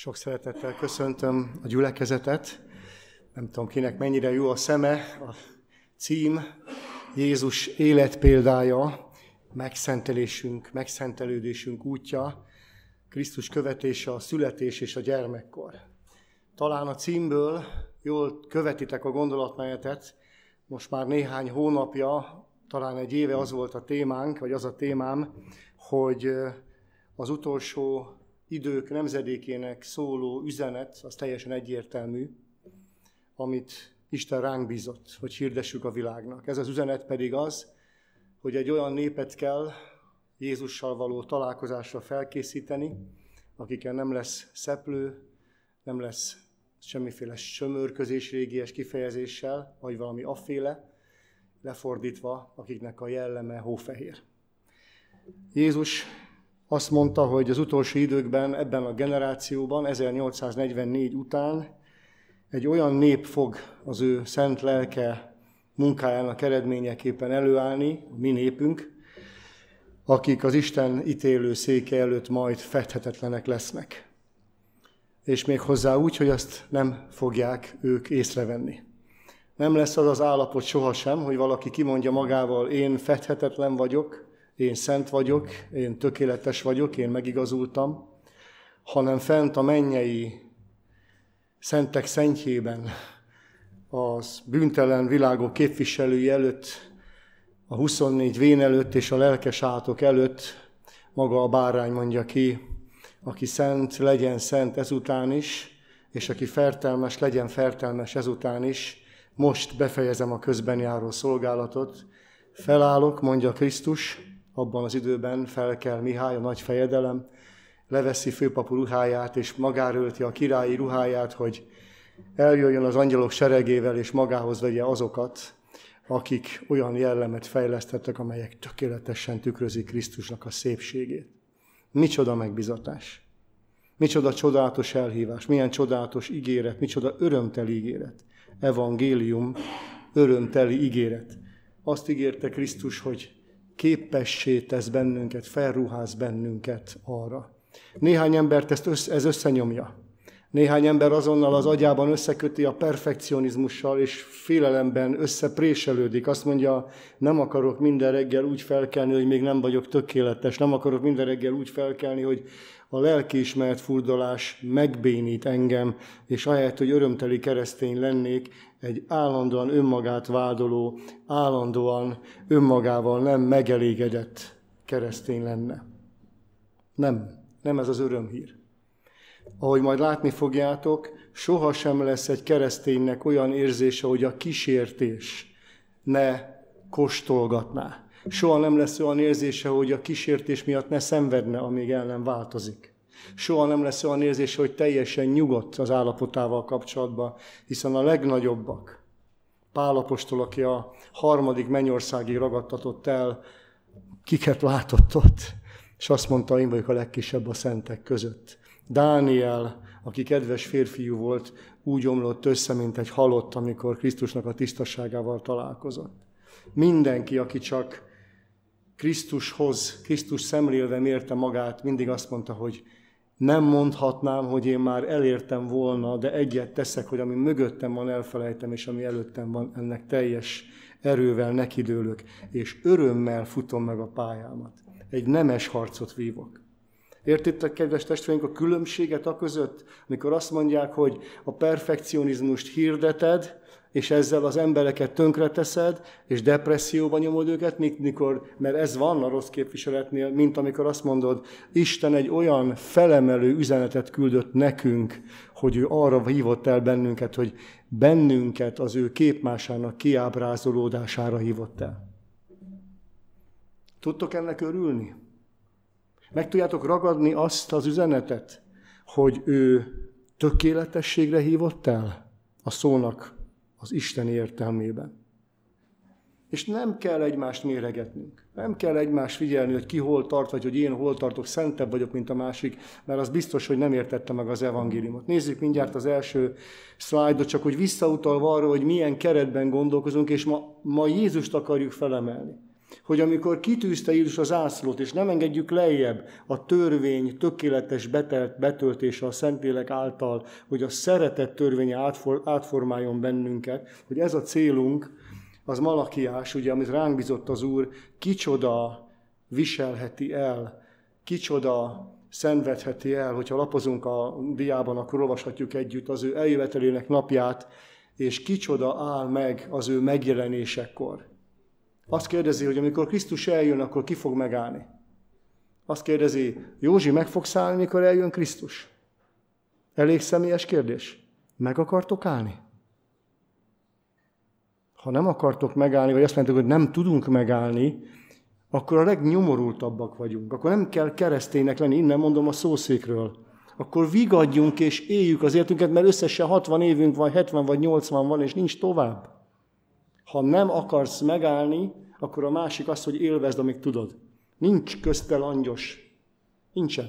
Sok szeretettel köszöntöm a gyülekezetet. Nem tudom, kinek mennyire jó a szeme. A cím Jézus életpéldája, megszentelődésünk útja, Krisztus követése a születés és a gyermekkor. Talán a címből jól követitek a gondolatmenetet. Most már néhány hónapja, talán egy éve az volt a témánk, vagy az a témám, hogy az utolsó idők nemzedékének szóló üzenet, az teljesen egyértelmű, amit Isten ránk bízott, hogy hirdessük a világnak. Ez az üzenet pedig az, hogy egy olyan népet kell Jézussal való találkozásra felkészíteni, akiken nem lesz szeplő, nem lesz semmiféle sömörközés régies kifejezéssel, vagy valami afféle, lefordítva, akiknek a jelleme hófehér. Jézus azt mondta, hogy az utolsó időkben, ebben a generációban, 1844 után egy olyan nép fog az ő szent lelke munkájának eredményeképpen előállni, a mi népünk, akik az Isten ítélő széke előtt majd fedhetetlenek lesznek. És még hozzá úgy, hogy azt nem fogják ők észrevenni. Nem lesz az az állapot sohasem, hogy valaki kimondja magával, én fedhetetlen vagyok, én szent vagyok, én tökéletes vagyok, én megigazultam, hanem fent a mennyei szentek szentjében, az bűntelen világok képviselői előtt, a 24 vén előtt és a lelkes átok előtt maga a bárány mondja ki, aki szent, legyen szent ezután is, és aki fertelmes, legyen fertelmes ezután is. Most befejezem a közben járó szolgálatot. Felállok, mondja Krisztus, abban az időben felkel Mihály, a nagy fejedelem, leveszi főpapu ruháját, és magára ölti a királyi ruháját, hogy eljöjjön az angyalok seregével, és magához vegye azokat, akik olyan jellemet fejlesztettek, amelyek tökéletesen tükrözik Krisztusnak a szépségét. Micsoda megbizatás! Micsoda csodálatos elhívás, milyen csodálatos ígéret, micsoda örömteli ígéret. Evangélium, örömteli ígéret. Azt ígérte Krisztus, hogy képessé tesz bennünket, felruház bennünket arra. Néhány embert ez összenyomja. Néhány ember azonnal az agyában összeköti a perfekcionizmussal, és félelemben összepréselődik. Azt mondja, nem akarok minden reggel úgy felkelni, hogy még nem vagyok tökéletes. Nem akarok minden reggel úgy felkelni, hogy a lelkiismeret furdalás megbénít engem, és ahelyett, hogy örömteli keresztény lennék, egy állandóan önmagát vádoló, állandóan önmagával nem megelégedett keresztény lenne. Nem ez az örömhír. Ahogy majd látni fogjátok, sohasem lesz egy kereszténynek olyan érzése, hogy a kísértés ne kóstolgatná. Soha nem lesz olyan érzése, hogy a kísértés miatt ne szenvedne, amíg el nem változik. Soha nem lesz olyan érzése, hogy teljesen nyugodt az állapotával kapcsolatban, hiszen a legnagyobbak, Pál apostol, aki a 3. mennyországig ragadtatott el, kiket látott ott, és azt mondta, én vagyok a legkisebb a szentek között. Dániel, aki kedves férfiú volt, úgy omlott össze, mint egy halott, amikor Krisztusnak a tisztaságával találkozott. Mindenki, aki csak Krisztus szemlélve mérte magát, mindig azt mondta, hogy nem mondhatnám, hogy én már elértem volna, de egyet teszek, hogy ami mögöttem van, elfelejtem, és ami előttem van, ennek teljes erővel nekidőlök, és örömmel futom meg a pályámat. Egy nemes harcot vívok. Értitek, kedves testvéreink, a különbséget aközött, amikor azt mondják, hogy a perfekcionizmust hirdeted, és ezzel az embereket tönkreteszed, és depresszióba nyomod őket, mert ez van a rossz képviseletnél, mint amikor azt mondod, Isten egy olyan felemelő üzenetet küldött nekünk, hogy ő arra hívott el bennünket, hogy bennünket az ő képmásának kiábrázolódására hívott el. Tudtok ennek örülni? Meg tudjátok ragadni azt az üzenetet, hogy ő tökéletességre hívott el a szónak az isteni értelmében. És nem kell egymást méregetnünk. Nem kell egymást figyelni, hogy ki hol tart, vagy hogy én hol tartok, szentebb vagyok, mint a másik, mert az biztos, hogy nem értette meg az evangéliumot. Nézzük mindjárt az első szlájdot, csak hogy visszautalva arra, hogy milyen keretben gondolkozunk, és ma Jézust akarjuk felemelni. hogy amikor kitűzte Jézus az zászlót, és nem engedjük lejjebb a törvény tökéletes betöltése a Szentlélek által, hogy a szeretet törvénye átformáljon bennünket, hogy ez a célunk, az Malakiás, ugye, amit ránk bízott az Úr, kicsoda viselheti el, kicsoda szenvedheti el, hogyha lapozunk a diában, akkor olvashatjuk együtt az ő eljövetelének napját, és kicsoda áll meg az ő megjelenésekor. Azt kérdezi, hogy amikor Krisztus eljön, akkor ki fog megállni? Azt kérdezi, Józsi, meg fogsz állni, mikor eljön Krisztus? Elég személyes kérdés. Meg akartok állni? Ha nem akartok megállni, vagy azt mondtuk, hogy nem tudunk megállni, akkor a legnyomorultabbak vagyunk. Akkor nem kell kereszténynek lenni, innen mondom a szószékről. Akkor vigadjunk és éljük az életünket, mert összesen 60 évünk van, 70 vagy 80 van, és nincs tovább. Ha nem akarsz megállni, akkor a másik az, hogy élvezd, amíg tudod. Nincs közte langyos. Nincsen.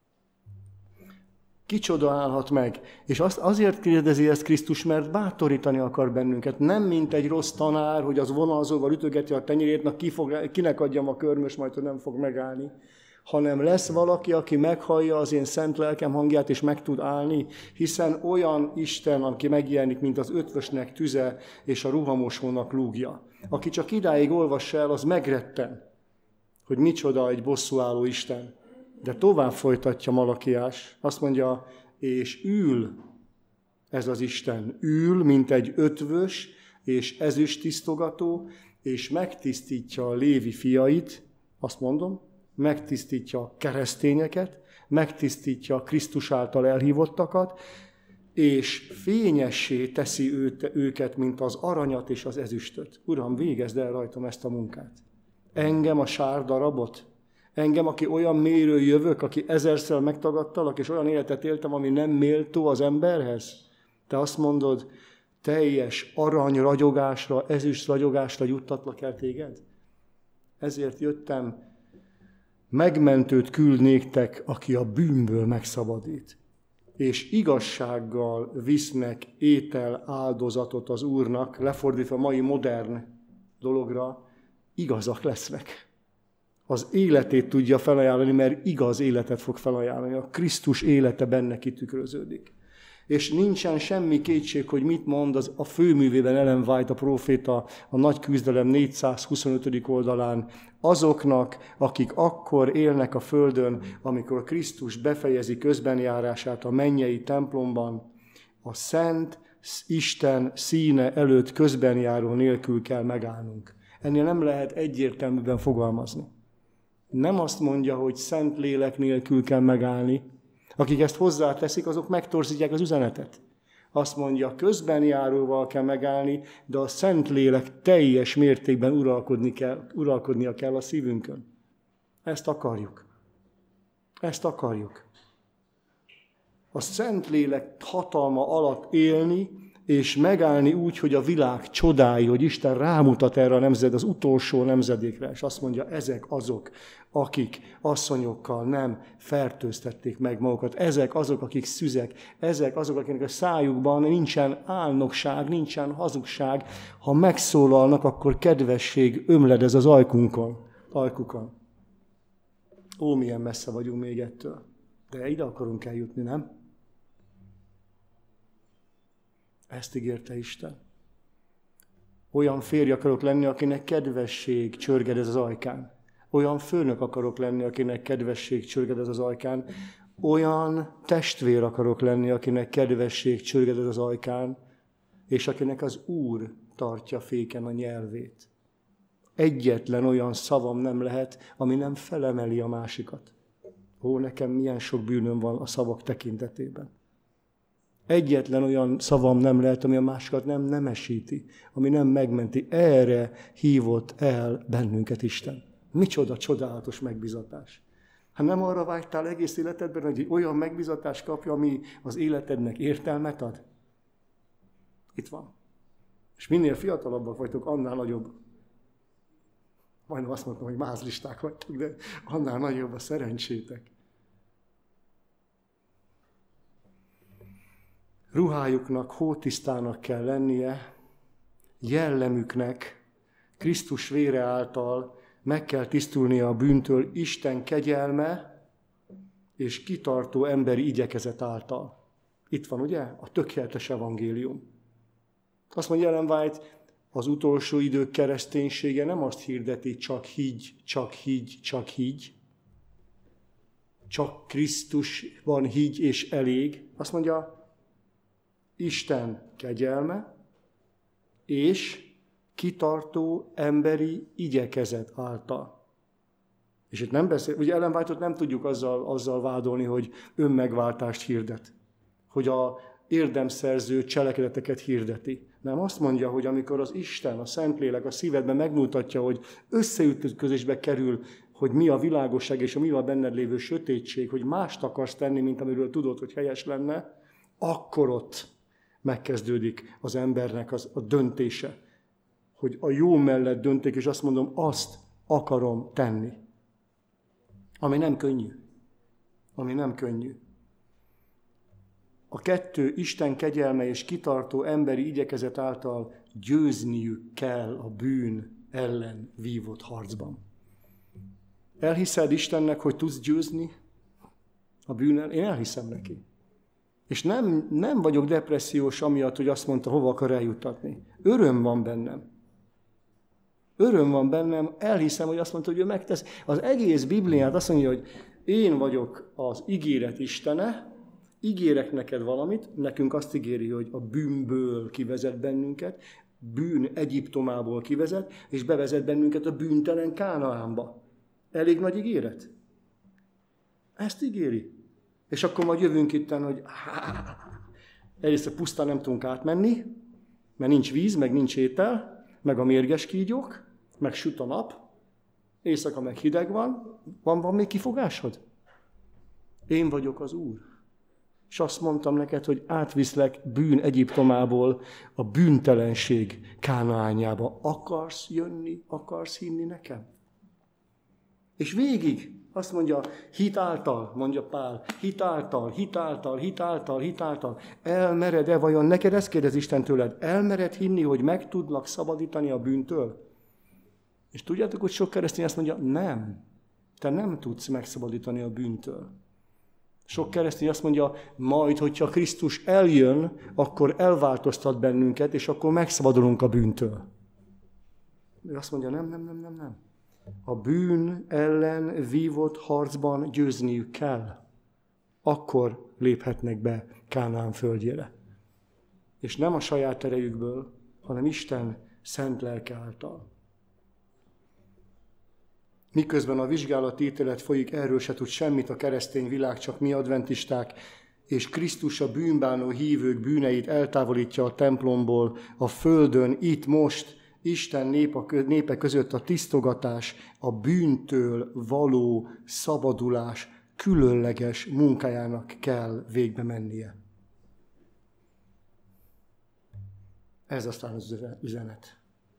Kicsoda állhat meg. És azért kérdezi ezt Krisztus, mert bátorítani akar bennünket. Nem mint egy rossz tanár, hogy az vonalzóval ütögeti a tenyérét, kinek adjam a körmös, majd hogy nem fog megállni. Hanem lesz valaki, aki meghallja az én szent lelkem hangját, és meg tud állni, hiszen olyan Isten, aki megjelenik, mint az ötvösnek tüze, és a ruhamosónak lúgja. Aki csak idáig olvassa el, az megretten, hogy micsoda egy bosszúálló Isten. De tovább folytatja Malakiás, azt mondja, és ül ez az Isten, ül, mint egy ötvös és ezüsttisztogató, és megtisztítja a Lévi fiait, azt mondom, megtisztítja a keresztényeket, megtisztítja a Krisztus által elhívottakat, és fényessé teszi őket, mint az aranyat és az ezüstöt. Uram, végezd el rajtam ezt a munkát. Engem a sárdarabot, engem, aki olyan mélyről jövök, aki ezerszer megtagadtalak, és olyan életet éltem, ami nem méltó az emberhez. Te azt mondod, teljes arany ragyogásra, ezüst ragyogásra juttatlak el téged? Ezért jöttem, megmentőt küld néktek, aki a bűnből megszabadít. És igazsággal visznek étel áldozatot az Úrnak, lefordítva mai modern dologra, igazak lesznek. Az életét tudja felajánlani, mert igaz életet fog felajánlani. A Krisztus élete benne kitükröződik. És nincsen semmi kétség, hogy mit mond a főművében Ellen White, a próféta, a Nagy Küzdelem 425. oldalán, azoknak, akik akkor élnek a földön, amikor Krisztus befejezi közbenjárását a mennyei templomban, a Szent Isten színe előtt közbenjáró nélkül kell megállnunk. Ennél nem lehet egyértelműen fogalmazni. Nem azt mondja, hogy szent lélek nélkül kell megállni. Akik ezt hozzáteszik, azok megtorzítják az üzenetet. Azt mondja, közbenjáróval kell megállni, de a szent lélek teljes mértékben uralkodnia kell a szívünkön. Ezt akarjuk. Ezt akarjuk. A szent lélek hatalma alatt élni, és megállni úgy, hogy a világ csodái, hogy Isten rámutat erre a nemzedékre, az utolsó nemzedékre, és azt mondja, ezek azok, akik asszonyokkal nem fertőztették meg magukat, ezek azok, akik szüzek, ezek azok, akiknek a szájukban nincsen álnokság, nincsen hazugság, ha megszólalnak, akkor kedvesség ömledez az ajkukon. Ó, milyen messze vagyunk még ettől. De ide akarunk eljutni, nem? Ezt ígérte Isten. Olyan férj akarok lenni, akinek kedvesség csörgedez az ajkán. Olyan főnök akarok lenni, akinek kedvesség csörgedez az ajkán. Olyan testvér akarok lenni, akinek kedvesség csörgedez az ajkán, és akinek az Úr tartja féken a nyelvét. Egyetlen olyan szavam nem lehet, ami nem felemeli a másikat. Ó, nekem milyen sok bűnöm van a szavak tekintetében. Egyetlen olyan szavam nem lehet, ami a másikat nem nemesíti, ami nem megmenti. Erre hívott el bennünket Isten. Micsoda csodálatos megbizatás. Hát nem arra vágytál egész életedben, hogy egy olyan megbizatást kapja, ami az életednek értelmet ad? Itt van. És minél fiatalabbak vagytok, annál nagyobb. Majdnem azt mondtam, hogy mázlisták vagytok, de annál nagyobb a szerencsétek. Ruhájuknak hótisztának kell lennie, jellemüknek Krisztus vére által meg kell tisztulnia a bűntől Isten kegyelme és kitartó emberi igyekezet által. Itt van, ugye? A tökéletes evangélium. Azt mondja Ellen White, az utolsó idők kereszténysége nem azt hirdeti, csak higgy, csak higgy, csak higgy. Csak Krisztusban higgy és elég. Azt mondja, Isten kegyelme és kitartó emberi igyekezet által. És itt nem beszél, ugye Ellen White-ot nem tudjuk azzal vádolni, hogy önmegváltást hirdet, hogy a érdemszerző cselekedeteket hirdeti. Nem, azt mondja, hogy amikor az Isten, a Szentlélek a szívedben megmutatja, hogy összeütközésbe kerül, hogy mi a világosság és mi a benned lévő sötétség, hogy mást akarsz tenni, mint amiről tudod, hogy helyes lenne, akkor ott megkezdődik az embernek a döntése, hogy a jó mellett dönték, és azt mondom, azt akarom tenni. Ami nem könnyű. Ami nem könnyű. A kettő, Isten kegyelme és kitartó emberi igyekezet által győzniük kell a bűn ellen vívott harcban. Elhiszed Istennek, hogy tudsz győzni a bűn ellen? Én elhiszem neki. És nem vagyok depressziós amiatt, hogy azt mondta, hova akar eljuttatni. Öröm van bennem. Öröm van bennem, elhiszem, hogy azt mondta, hogy ő megtesz. Az egész Bibliát azt mondja, hogy én vagyok az ígéret Istene, ígérek neked valamit, nekünk azt ígéri, hogy a bűnből kivezet bennünket, bűn Egyiptomából kivezet, és bevezet bennünket a bűntelen Kánaánba. Elég nagy ígéret? Ezt ígéri. És akkor majd jövünk itten, hogy egyrészt pusztán nem tudunk átmenni, mert nincs víz, meg nincs étel, meg a mérges kígyók, meg süt a nap, éjszaka meg hideg van. Van még kifogásod? Én vagyok az Úr. És azt mondtam neked, hogy átviszlek bűn Egyiptomából a bűntelenség Kánaánjába. Akarsz jönni, akarsz hinni nekem? És végig azt mondja, hit által, mondja Pál, hit által. Elmered-e vajon, neked ezt kérdez Isten tőled, elmered hinni, hogy meg tudlak szabadítani a bűntől? És tudjátok, hogy sok keresztény azt mondja, nem, te nem tudsz megszabadítani a bűntől. Sok keresztény azt mondja, majd, hogyha Krisztus eljön, akkor elváltoztat bennünket, és akkor megszabadulunk a bűntől. Ő azt mondja, nem. A bűn ellen vívott harcban győzniük kell. Akkor léphetnek be Kánaán földjére. És nem a saját erejükből, hanem Isten szent lelke által. Miközben a vizsgálati ítélet folyik, erről se tud semmit a keresztény világ, csak mi adventisták, és Krisztus a bűnbánó hívők bűneit eltávolítja a templomból, a földön, itt most, Isten népe között a tisztogatás, a bűntől való szabadulás különleges munkájának kell végbe mennie. Ez aztán az üzenet.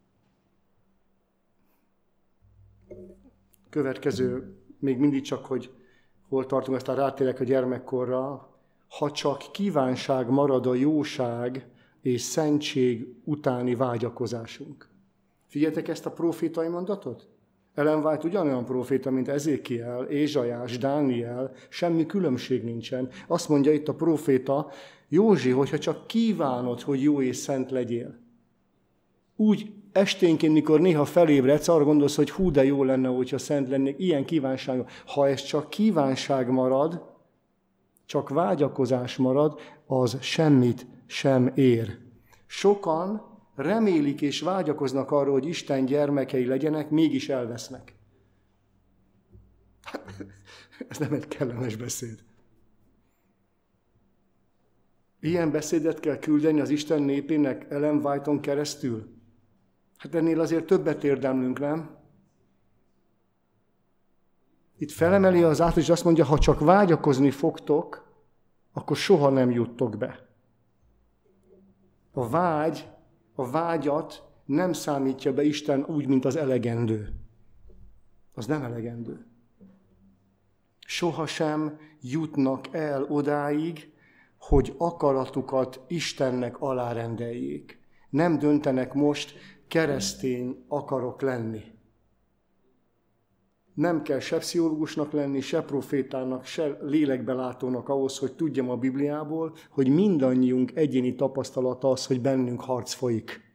Következő, még mindig csak, hogy hol tartunk, aztán rátérek a gyermekkorra. Ha csak kívánság marad a jóság és szentség utáni vágyakozásunk. Figyeljetek ezt a prófétai mondatot? Ellen White ugyanolyan próféta, mint Ezékiel, Ézsaiás, Dániel, semmi különbség nincsen. Azt mondja itt a próféta, Józsi, hogyha csak kívánod, hogy jó és szent legyél. Úgy esténként, mikor néha felébredsz, arra gondolsz, hogy hú, de jó lenne, hogyha szent lennék, ilyen kívánság. Ha ez csak kívánság marad, csak vágyakozás marad, az semmit sem ér. Sokan remélik és vágyakoznak arra, hogy Isten gyermekei legyenek, mégis elvesznek. Ez nem egy kellemes beszéd. Ilyen beszédet kell küldeni az Isten népének Ellen White-on keresztül? Hát ennél azért többet érdemlünk, nem? Itt felemeli az át, és azt mondja, ha csak vágyakozni fogtok, akkor soha nem juttok be. A vágyat nem számítja be Isten úgy, mint az elegendő. Az nem elegendő. Sohasem jutnak el odáig, hogy akaratukat Istennek alárendeljék. Nem döntenek most, keresztény akarok lenni. Nem kell se pszichológusnak lenni, se profétának, se lélekbelátónak ahhoz, hogy tudjam a Bibliából, hogy mindannyiunk egyéni tapasztalata az, hogy bennünk harc folyik.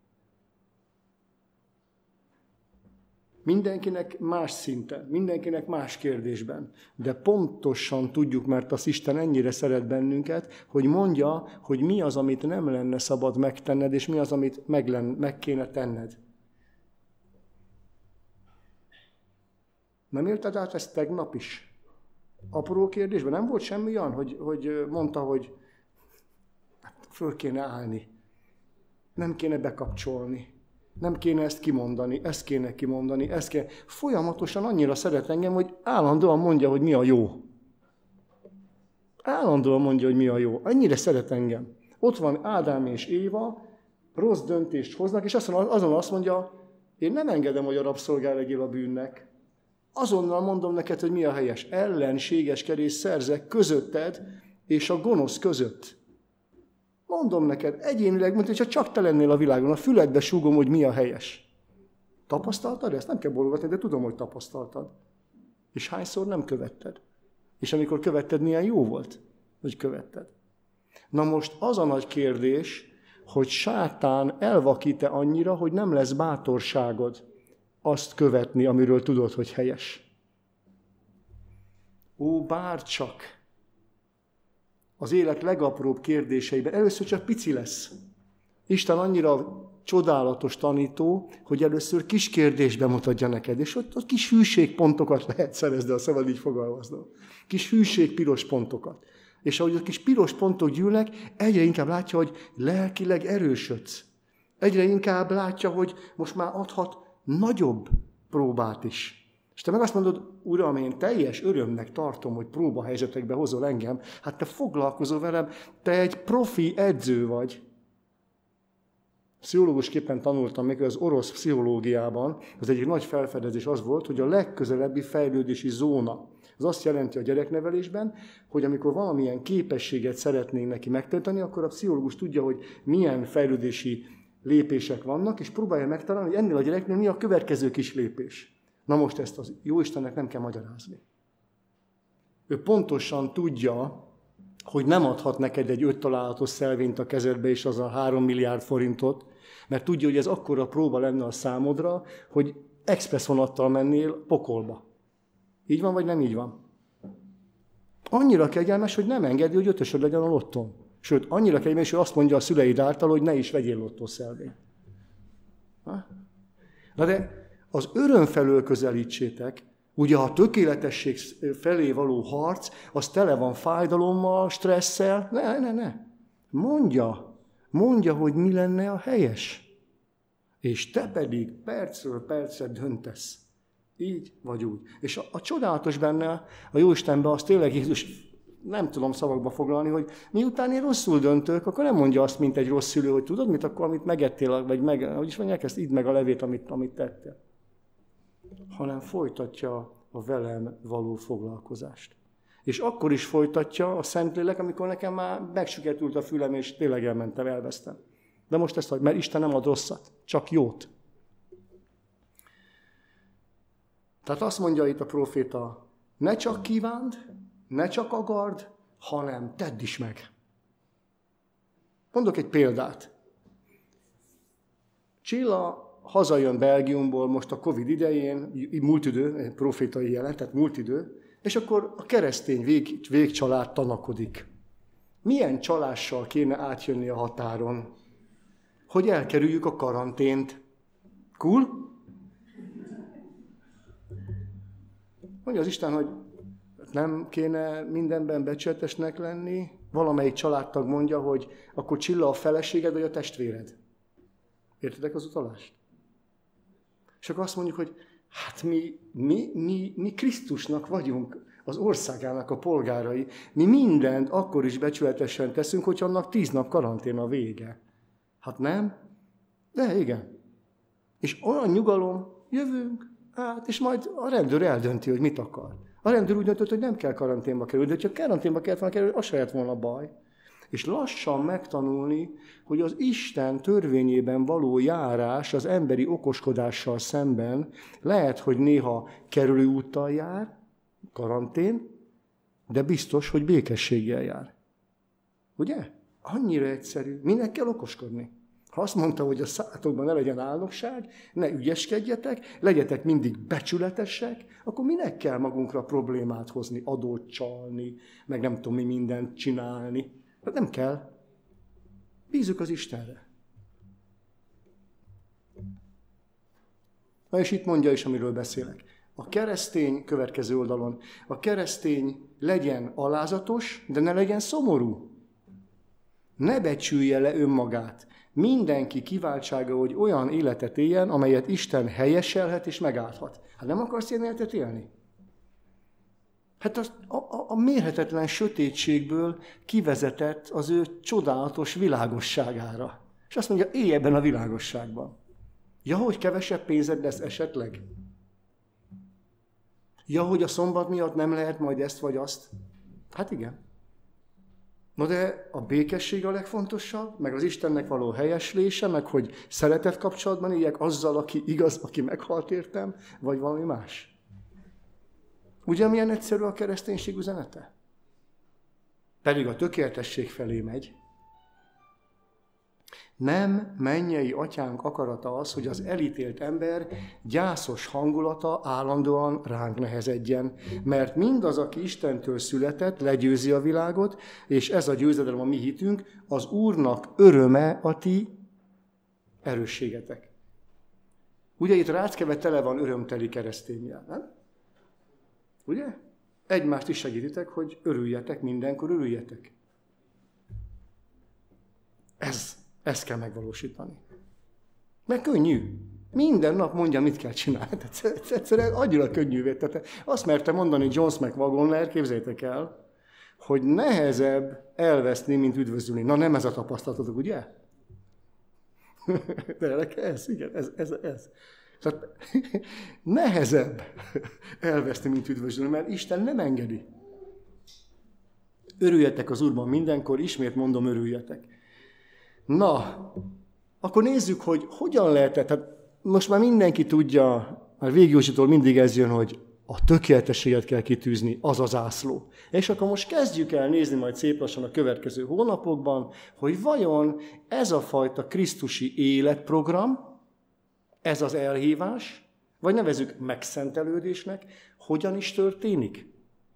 Mindenkinek más szinten, mindenkinek más kérdésben, de pontosan tudjuk, mert az Isten ennyire szeret bennünket, hogy mondja, hogy mi az, amit nem lenne szabad megtenned, és mi az, amit meg kéne tenned. Nem élted át ezt tegnap is? Apró kérdésben nem volt semmi olyan, hogy mondta, hogy föl kéne állni, nem kéne bekapcsolni. Nem kéne ezt kimondani, ezt kéne kimondani, ezt kéne. Folyamatosan annyira szeret engem, hogy állandóan mondja, hogy mi a jó. Állandóan mondja, hogy mi a jó. Annyira szeret engem. Ott van Ádám és Éva, rossz döntést hoznak, és azon azt mondja, én nem engedem, hogy a rabszolgá legyél a bűnnek. Azonnal mondom neked, hogy mi a helyes. Ellenségeskedés szerzek közötted és a gonosz között. Mondom neked, egyénileg, mint hogyha csak te lennél a világon, a füledbe súgom, hogy mi a helyes. Tapasztaltad ezt? Nem kell bologatni, de tudom, hogy tapasztaltad. És hányszor nem követted? És amikor követted, milyen jó volt, hogy követted? Na most az a nagy kérdés, hogy sátán elvakít-e annyira, hogy nem lesz bátorságod azt követni, amiről tudod, hogy helyes. Ó, bárcsak az élet legapróbb kérdéseiben. Először csak pici lesz. Isten annyira csodálatos tanító, hogy először kis kérdésben mutatja neked, és ott kis hűségpontokat lehet szerezni, ha szabad így fogalmaznom. Kis hűség piros pontokat. És ahogy a kis piros pontok gyűlnek, egyre inkább látja, hogy lelkileg erősödsz. Egyre inkább látja, hogy most már adhat nagyobb próbát is. És te meg azt mondod, Uram, én teljes örömnek tartom, hogy próbahelyzetekbe hozol engem, hát te foglalkozol velem, te egy profi edző vagy. Pszichológusképpen tanultam még, az orosz pszichológiában az egyik nagy felfedezés az volt, hogy a legközelebbi fejlődési zóna. Az azt jelenti a gyereknevelésben, hogy amikor valamilyen képességet szeretnénk neki megtölteni, akkor a pszichológus tudja, hogy milyen fejlődési lépések vannak, és próbálja megtalálni, hogy ennél a gyereknél mi a következő kis lépés. Na most ezt az Jóistennek nem kell magyarázni. Ő pontosan tudja, hogy nem adhat neked egy 5 találatos szelvényt a kezedbe, és az a 3 milliárd forintot, mert tudja, hogy ez akkora próba lenne a számodra, hogy express vonattal mennél pokolba. Így van, vagy nem így van? Annyira kegyelmes, hogy nem engedi, hogy 5-ösöd legyen a lottón. Sőt, annyira kegyelmes, hogy azt mondja a szüleid által, hogy ne is vegyél lottószelvényt. Na de az öröm felől közelítsétek, ugye a tökéletesség felé való harc, az tele van fájdalommal, stresszel. Ne. Mondja, hogy mi lenne a helyes. És te pedig percről percre döntesz. Így vagy úgy. És a csodálatos benne, a Jóistenben az tényleg Jézus, nem tudom szavakba foglalni, hogy miután én rosszul döntök, akkor nem mondja azt, mint egy rossz szülő, hogy tudod mit, akkor amit megettél, vagy hogy is mondják ezt, idd meg a levét, amit tettél. Hanem folytatja a velem való foglalkozást. És akkor is folytatja a Szentlélek, amikor nekem már megsüketült a fülem, és tényleg elmentem, elvesztem. De most ezt, mert Isten nem ad rosszat, csak jót. Tehát azt mondja itt a próféta, ne csak kívánd, ne csak agard, hanem tedd is meg. Mondok egy példát. Csilla hazajön Belgiumból most a Covid idején, múlt idő, profétai jelen, tehát múlt idő, és akkor a keresztény végcsalád tanakodik. Milyen csalással kéne átjönni a határon, hogy elkerüljük a karantént? Cool? Mondja az Isten, hogy nem kéne mindenben becsületesnek lenni. Valamelyik családtag mondja, hogy akkor Csilla a feleséged vagy a testvéred. Értitek az utalást? És akkor azt mondjuk, hogy hát mi Krisztusnak vagyunk, az országának a polgárai. Mi mindent akkor is becsületesen teszünk, hogy annak 10 nap karantén a vége. Hát nem? De igen. És olyan nyugalom, jövünk, és majd a rendőr eldönti, hogy mit akar. A rendőr úgy döntött, hogy nem kell karanténba kerülni, de ha karanténba kellett volna kerülni, az se lett volna baj. és lassan megtanulni, hogy az Isten törvényében való járás az emberi okoskodással szemben lehet, hogy néha kerülőúttal jár, karantén, de biztos, hogy békességgel jár. Ugye? Annyira egyszerű. Minek kell okoskodni? Ha azt mondta, hogy a szátokban ne legyen álnokság, ne ügyeskedjetek, legyetek mindig becsületesek, akkor minek kell magunkra problémát hozni, adót csalni, meg nem tudom mi mindent csinálni. Hát nem kell. Bízzuk az Istenre. Na és itt mondja is, amiről beszélek. A keresztény, következő oldalon, a keresztény legyen alázatos, de ne legyen szomorú. Ne becsülje le önmagát. Mindenki kiváltsága, hogy olyan életet éljen, amelyet Isten helyeselhet és megállhat. Hát nem akarsz ilyen életet élni? Hát a mérhetetlen sötétségből kivezetett az ő csodálatos világosságára. És azt mondja, élj ebben a világosságban. Ja, hogy kevesebb pénzed lesz esetleg? Ja, hogy a szombat miatt nem lehet majd ezt vagy azt? Hát igen. Na de a békesség a legfontosabb, meg az Istennek való helyeslése, meg hogy szeretet kapcsolatban éljek azzal, aki igaz, aki meghalt értem, vagy valami más. Ugye milyen egyszerű a kereszténység üzenete? Pedig a tökéletesség felé megy. Nem mennyei atyánk akarata az, hogy az elítélt ember gyászos hangulata állandóan ránk nehezedjen, mert mindaz, aki Istentől született, legyőzi a világot, és ez a győzedelem a mi hitünk, az Úrnak öröme a ti erősségetek. Ugye itt Ráckeve tele van örömteli keresztényjel, nem? Ugye? Egymást is segítitek, hogy örüljetek, mindenkor örüljetek. Ezt kell megvalósítani. Mert könnyű. Minden nap mondja, mit kell csinálni. Egyszerűen annyira könnyűvé tette. Azt merte mondani Jones McWagonnál, képzeljétek el, hogy nehezebb elveszni, mint üdvözülni. Na nem ez a tapasztalatotok, ugye? De ez, igen, ez. Tehát nehezebb elveszni, mint üdvözülni, mert Isten nem engedi. Örüljetek az Úrban mindenkor, ismét mondom, örüljetek. Na, akkor nézzük, hogy hogyan lehetett. Hát most már mindenki tudja, már Végi Józsitól mindig ez jön, hogy a tökéletességet kell kitűzni, az a zászló. És akkor most kezdjük el nézni majd szép lassan a következő hónapokban, hogy vajon ez a fajta krisztusi életprogram, ez az elhívás, vagy nevezzük megszentelődésnek, hogyan is történik?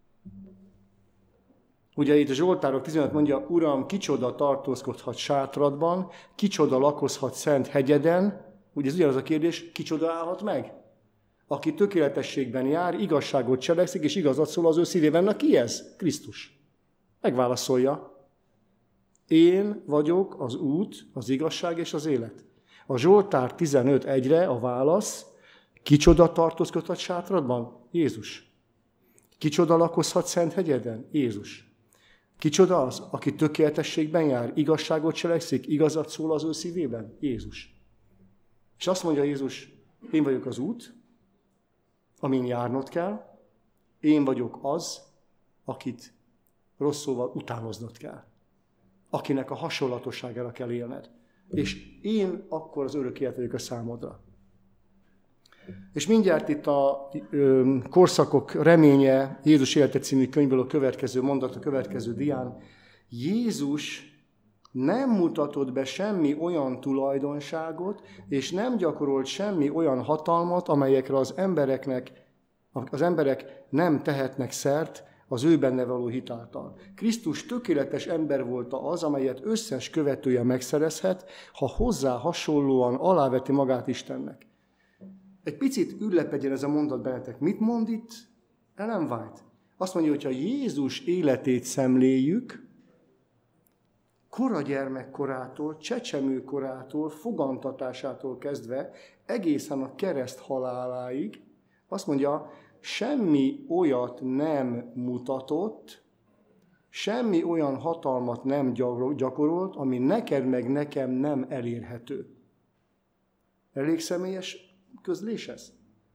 Ugye itt a Zsoltárok 15 mondja, Uram, kicsoda tartózkodhat sátradban, kicsoda lakozhat szent hegyeden, ugye ez ugyanaz a kérdés, kicsoda állhat meg? Aki tökéletességben jár, igazságot cselekszik, és igazat szól az ő szívében. Na ki ez? Krisztus. Megválaszolja. Én vagyok az út, az igazság és az élet. A Zsoltár 15:1-re a válasz, kicsoda tartózkodhat sátradban? Jézus. Kicsoda lakozhat szent hegyeden? Jézus. Kicsoda az, aki tökéletességben jár, igazságot cselekszik, igazat szól az ő szívében? Jézus. És azt mondja Jézus, én vagyok az út, amin járnod kell, én vagyok az, akit rossz szóval utánoznod kell, akinek a hasonlatosságára kell élned. És én akkor az örök élet vagyok a számodra. És mindjárt itt a korszakok reménye, Jézus élete című könyvből a következő mondat, a következő dián. Jézus nem mutatott be semmi olyan tulajdonságot, és nem gyakorolt semmi olyan hatalmat, amelyekre az emberek nem tehetnek szert az ő benne való hit által. Krisztus tökéletes ember volt az, amelyet összes követője megszerezhet, ha hozzá hasonlóan aláveti magát Istennek. Egy picit üllepedjen ez a mondat bennetek. Mit mond itt Ellen White? Azt mondja, hogy ha Jézus életét szemléljük, kora gyermekkorától, csecsemőkorától, fogantatásától kezdve, egészen a kereszt haláláig, azt mondja, semmi olyat nem mutatott, semmi olyan hatalmat nem gyakorolt, ami neked meg nekem nem elérhető. Elég személyes közlés ez?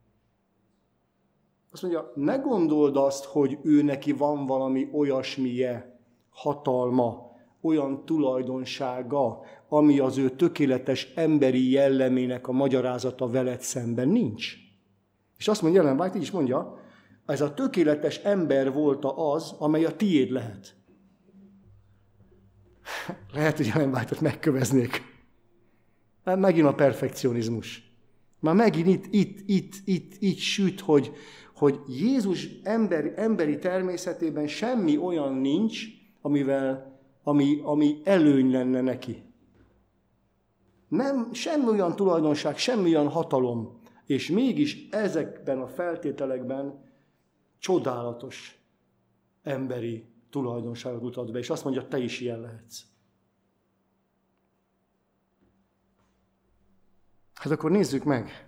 Azt mondja, ne gondold azt, hogy ő neki van valami olyasmije, hatalma, olyan tulajdonsága, ami az ő tökéletes emberi jellemének a magyarázata veled szemben nincs. És azt mondja, Ellen White így is mondja, ez a tökéletes ember volt az, amely a tiéd lehet. Lehet, hogy Ellen White-ot megköveznék. Megint a perfekcionizmus. Már megint itt süt, hogy Jézus emberi természetében semmi olyan nincs, ami előny lenne neki. Nem, semmi olyan tulajdonság, semmi olyan hatalom, és mégis ezekben a feltételekben csodálatos emberi tulajdonságot mutat be, és azt mondja, te is ilyen lehetsz. Hát akkor nézzük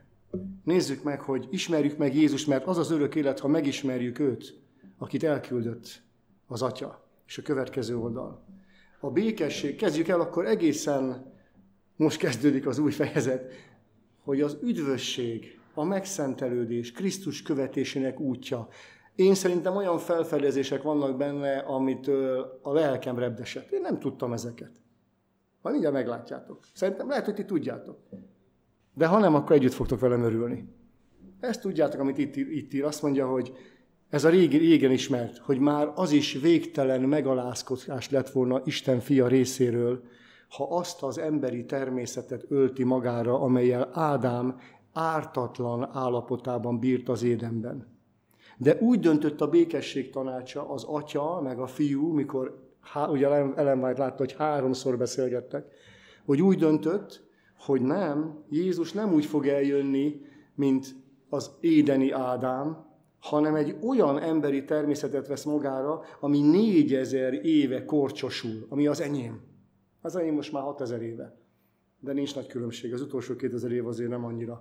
meg, hogy ismerjük meg Jézus, mert az az örök élet, ha megismerjük őt, akit elküldött az Atya. És a következő oldal. A békesség, kezdjük el akkor egészen, most kezdődik az új fejezet, hogy az üdvösség, a megszentelődés, Krisztus követésének útja. Én szerintem olyan felfedezések vannak benne, amitől a lelkem repdesett. Én nem tudtam ezeket. Majd mindjárt meglátjátok. Szerintem lehet, hogy ti tudjátok. De ha nem, akkor együtt fogtok velem örülni. Ezt tudjátok, amit itt ír. Azt mondja, hogy ez a régen ismert, hogy már az is végtelen megalázkodás lett volna Isten fia részéről, ha azt az emberi természetet ölti magára, amellyel Ádám ártatlan állapotában bírt az Édenben. De úgy döntött a békesség tanácsa az Atya, meg a Fiú, mikor ugye Ellen White látta, hogy 3-szor beszélgettek, hogy úgy döntött, hogy nem, Jézus nem úgy fog eljönni, mint az édeni Ádám, hanem egy olyan emberi természetet vesz magára, ami 4000 éve korcsosul, ami az enyém. Az enyém most már 6000 éve. De nincs nagy különbség. Az utolsó 2000 év azért nem annyira.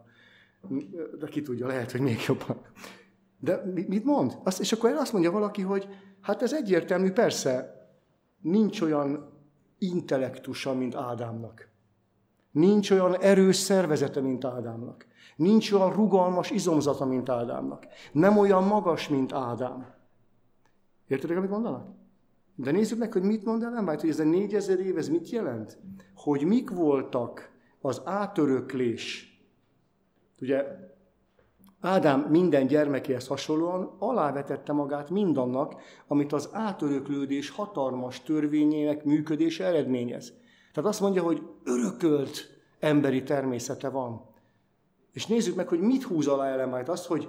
De ki tudja, lehet, hogy még jobban. De mit mond? És akkor azt mondja valaki, hogy hát ez egyértelmű, persze, nincs olyan intellektusa, mint Ádámnak. Nincs olyan erős szervezete, mint Ádámnak. Nincs olyan rugalmas izomzata, mint Ádámnak. Nem olyan magas, mint Ádám. Értedek, amit mondanak? De nézzük meg, hogy mit mond Ellen White, hogy ez a 4000 év, ez mit jelent? Hogy mik voltak az átöröklés. Ugye Ádám minden gyermekéhez hasonlóan alávetette magát mindannak, amit az átöröklődés hatalmas törvényének működése eredményez. Tehát azt mondja, hogy örökölt emberi természete van. És nézzük meg, hogy mit húz alá Ellen White. Azt, hogy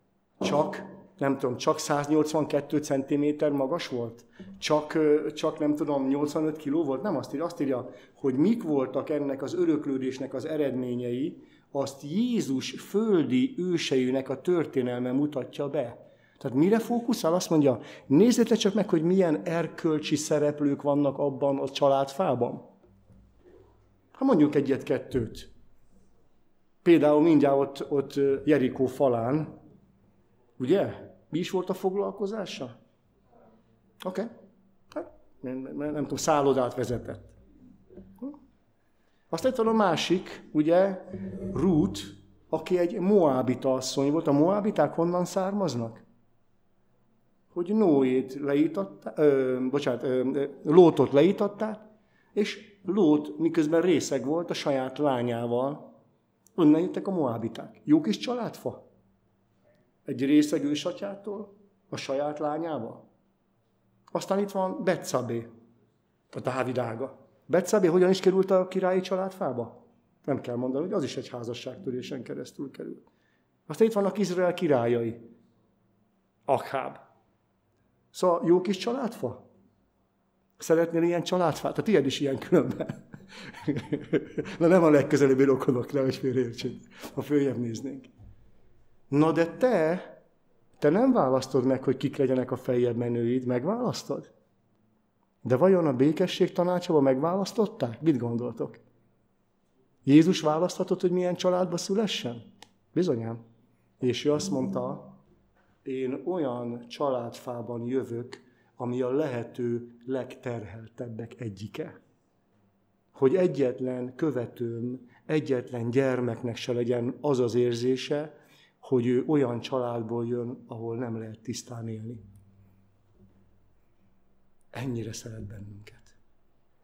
csak 182 cm magas volt? Csak nem tudom, 85 kg volt? Nem, azt írja, hogy mik voltak ennek az öröklődésnek az eredményei, azt Jézus földi őseinek a történelme mutatja be. Tehát mire fókuszál? Azt mondja, nézzétek csak meg, hogy milyen erkölcsi szereplők vannak abban a családfában. Ha mondjuk egyet-kettőt. Például mindjárt ott Jerikó falán, ugye? Mi is volt a foglalkozása? Oké. Hát, nem tudom, szállodát vezetett. Aztán itt van a másik, ugye, Rút, aki egy moábita asszony volt. A moábiták honnan származnak? Hogy Lótot leítatták, és Lót miközben részeg volt a saját lányával. Onnan jöttek a moábiták. Jó kis családfa. Egy részeg ősatyától a saját lányával. Aztán itt van Betszabé, a Dávid ága. Betszabé hogyan is került a királyi családfába? Nem kell mondani, hogy az is egy házasságtörésen keresztül került. Aztán itt vannak Izrael királyai. Akháb. Szóval jó kis családfa? Szeretnél ilyen családfát? A tiéd is ilyen különben. Na nem a legközelebbi rokonok, hogy félreértsék, ha följebb néznénk. Na de te nem választod meg, hogy kik legyenek a feljebb menőid, megválasztod? De vajon a békesség tanácsában megválasztották? Mit gondoltok? Jézus választhatott, hogy milyen családba szülessen? Bizonyám. És ő azt mondta, én olyan családfában jövök, ami a lehető legterheltebbek egyike. Hogy egyetlen követőm, egyetlen gyermeknek se legyen az az érzése, hogy ő olyan családból jön, ahol nem lehet tisztán élni. Ennyire szeret bennünket.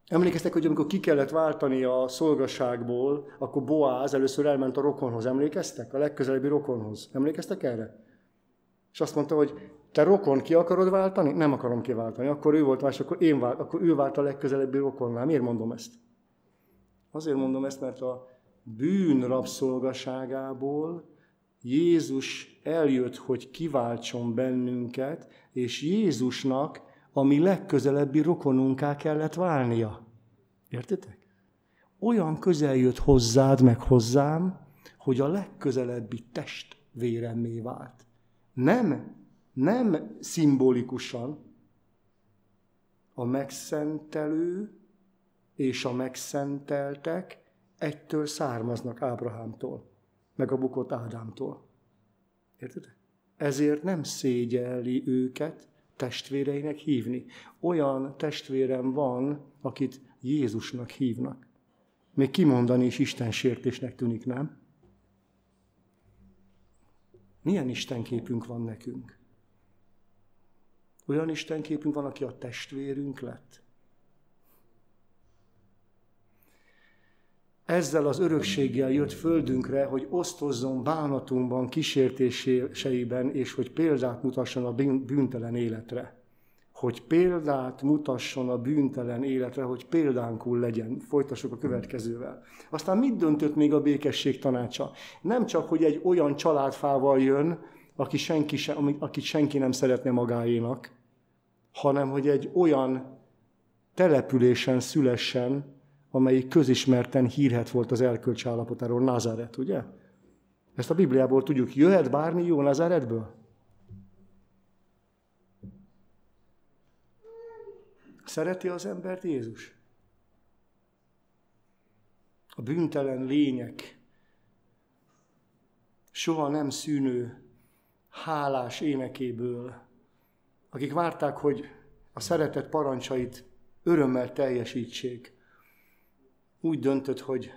Emlékeztek, hogy amikor ki kellett váltani a szolgaságból, akkor Boáz először elment a rokonhoz. Emlékeztek? A legközelebbi rokonhoz. Emlékeztek erre? És azt mondta, hogy te rokon ki akarod váltani? Nem akarom kiváltani. Akkor ő volt más, akkor ő vált a legközelebbi rokonnál. Miért mondom ezt? Azért mondom ezt, mert a bűn rabszolgaságából Jézus eljött, hogy kiváltson bennünket, és Jézusnak a mi legközelebbi rokonunká kellett válnia. Értitek? Olyan közel jött hozzád, meg hozzám, hogy a legközelebbi testvéremmé vált. Nem szimbolikusan. A megszentelő és a megszenteltek egytől származnak Ábrahámtól, meg a bukott Ádámtól. Értitek? Ezért nem szégyelli őket testvéreinek hívni. Olyan testvérem van, akit Jézusnak hívnak. Még kimondani is istensértésnek tűnik, nem? Milyen istenképünk van nekünk? Olyan istenképünk van, aki a testvérünk lett. Ezzel az örökséggel jött földünkre, hogy osztozzon bánatunkban, kísértéseiben, és hogy példát mutasson a bűntelen életre. Hogy példát mutasson a bűntelen életre, hogy példánkul legyen. Folytassuk a következővel. Aztán mit döntött még a békesség tanácsa? Nem csak, hogy egy olyan családfával jön, akit senki nem szeretne magáénak, hanem, hogy egy olyan településen szülessen, amelyik közismerten hírhedt volt az erkölcs állapotáról, Názáret, ugye? Ezt a Bibliából tudjuk. Jöhet bármi jó Názáretből? Szereti az embert Jézus? A bűntelen lények soha nem szűnő hálás énekéből, akik várták, hogy a szeretet parancsait örömmel teljesítsék, úgy döntött, hogy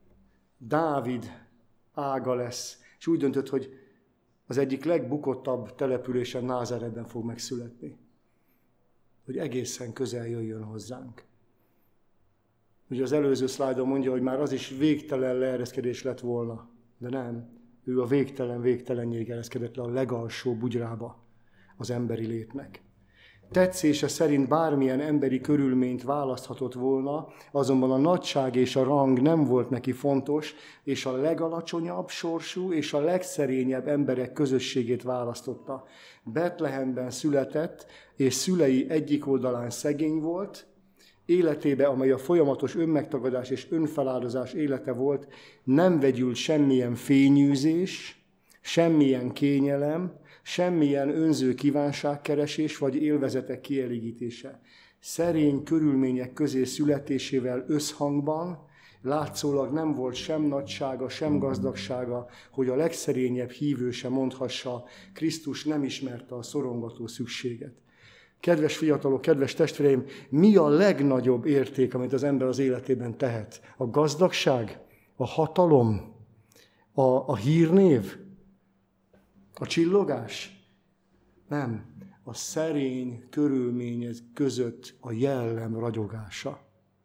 Dávid ága lesz, és úgy döntött, hogy az egyik legbukottabb településen, Názáretben fog megszületni. Hogy egészen közel jöjjön hozzánk. Ugye az előző szlájdon mondja, hogy már az is végtelen leereszkedés lett volna, de nem. Ő a végtelennyig ereszkedett le a legalsó bugyrába az emberi létnek. Tetszése szerint bármilyen emberi körülményt választhatott volna, azonban a nagyság és a rang nem volt neki fontos, és a legalacsonyabb sorsú és a legszerényebb emberek közösségét választotta. Betlehemben született, és szülei egyik oldalán szegény volt, életébe, amely a folyamatos önmegtagadás és önfeláldozás élete volt, nem vegyült semmilyen fényűzés, semmilyen kényelem, semmilyen önző kívánságkeresés vagy élvezetek kielégítése. Szerény körülmények közé születésével összhangban látszólag nem volt sem nagysága, sem gazdagsága, hogy a legszerényebb hívő sem mondhassa, Krisztus nem ismerte a szorongató szükséget. Kedves fiatalok, kedves testvéreim, mi a legnagyobb érték, amit az ember az életében tehet? A gazdagság? A hatalom? A hírnév? A csillogás? Nem. A szerény körülmények között a jellem ragyogása.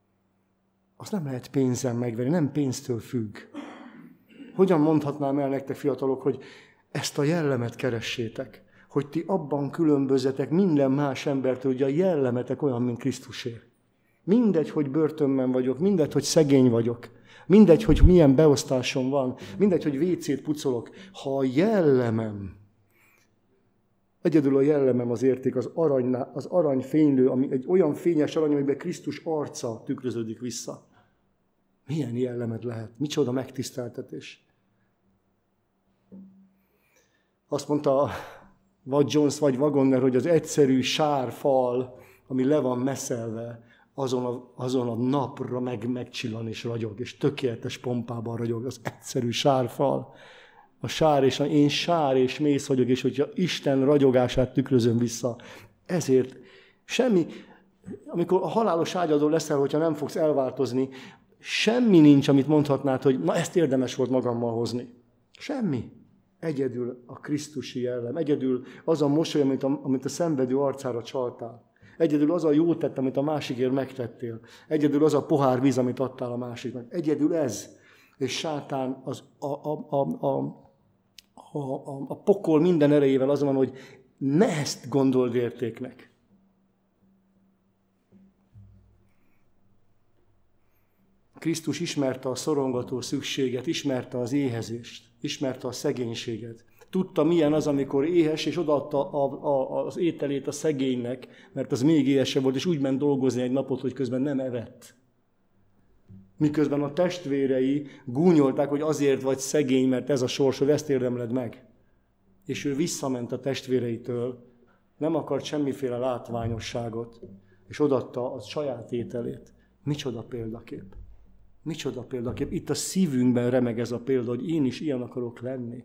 Azt nem lehet pénzen megvenni, nem pénztől függ. Hogyan mondhatnám el nektek, fiatalok, hogy ezt a jellemet keressétek? Hogy ti abban különbözetek minden más embertől, hogy a jellemetek olyan, mint Krisztusé. Mindegy, hogy börtönben vagyok, mindegy, hogy szegény vagyok, mindegy, hogy milyen beosztásom van, mindegy, hogy WC-t pucolok. Ha a jellemem, egyedül a jellemem az érték, az aranyfénylő, ami egy olyan fényes arany, amiben Krisztus arca tükröződik vissza. Milyen jellemed lehet? Micsoda megtiszteltetés. Azt mondta vagy Jones, vagy Waggoner, hogy az egyszerű sárfal, ami le van messzelve, azon a napra megcsillan és ragyog, és tökéletes pompában ragyog, az egyszerű sárfal. A sár és én sár és mész vagyok, és hogyha Isten ragyogását tükrözöm vissza. Ezért semmi, amikor a halálos ágyadon leszel, hogyha nem fogsz elváltozni, semmi nincs, amit mondhatnád, hogy na ezt érdemes volt magammal hozni. Semmi. Egyedül a krisztusi jellem, egyedül az a mosoly, amit a szenvedő arcára csaltál. Egyedül az a jó tett, amit a másikért megtettél. Egyedül az a pohár víz, amit adtál a másiknak. Egyedül ez. És sátán a pokol minden erejével azon van, hogy ne ezt gondold értéknek. Krisztus ismerte a szorongató szükséget, ismerte az éhezést, ismerte a szegénységet. Tudta, milyen az, amikor éhes, és odaadta az ételét a szegénynek, mert az még éhesebb volt, és úgy ment dolgozni egy napot, hogy közben nem evett. Miközben a testvérei gúnyolták, hogy azért vagy szegény, mert ez a sorsod, ezt érdemled meg. És ő visszament a testvéreitől, nem akart semmiféle látványosságot, és odaadta a saját ételét. Micsoda példakép! Micsoda példakép! Itt a szívünkben remeg ez a példa, hogy én is ilyen akarok lenni.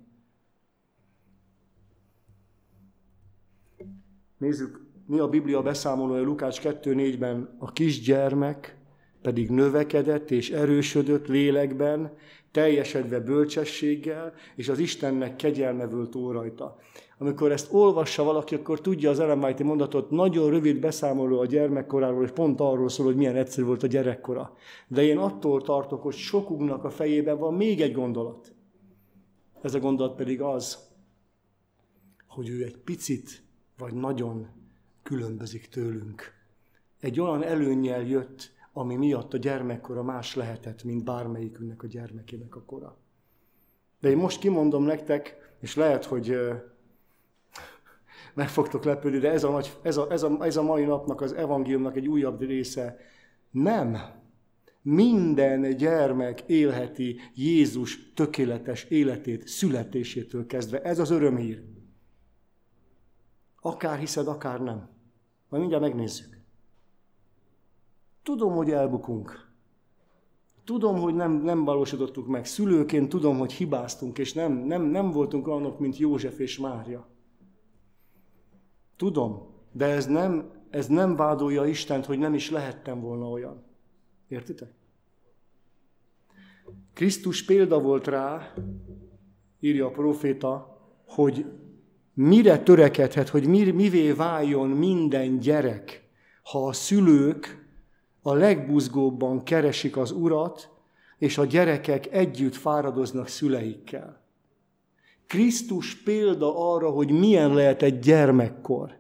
Nézzük, mi a Biblia beszámolója Lukács 2:4-ben. A kisgyermek pedig növekedett és erősödött lélekben, teljesedve bölcsességgel, és az Istennek kegyelme volt ó rajta. Amikor ezt olvassa valaki, akkor tudja az Ellen White mondatot, nagyon rövid beszámoló a gyermekkoráról, és pont arról szól, hogy milyen egyszerű volt a gyerekkora. De én attól tartok, hogy sokunknak a fejében van még egy gondolat. Ez a gondolat pedig az, hogy ő egy picit vagy nagyon különbözik tőlünk. Egy olyan előnnyel jött, ami miatt a gyermekkora más lehetett, mint bármelyikünknek a gyermekének a kora. De én most kimondom nektek, és lehet, hogy meg fogtok lepődni, de ez a mai napnak, az evangéliumnak egy újabb része. Nem. Minden gyermek élheti Jézus tökéletes életét születésétől kezdve. Ez az örömhír. Akár hiszed, akár nem. Majd mindjárt megnézzük. Tudom, hogy elbukunk. Tudom, hogy nem valósítottuk meg. Szülőként tudom, hogy hibáztunk, és nem voltunk olyanok, mint József és Mária. Tudom, de ez nem vádolja Istent, hogy nem is lehettem volna olyan. Értitek? Krisztus példa volt rá, írja a próféta, hogy mire törekedhet, hogy mivé váljon minden gyerek, ha a szülők a legbuzgóbban keresik az Urat, és a gyerekek együtt fáradoznak szüleikkel. Krisztus példa arra, hogy milyen lehet egy gyermekkor.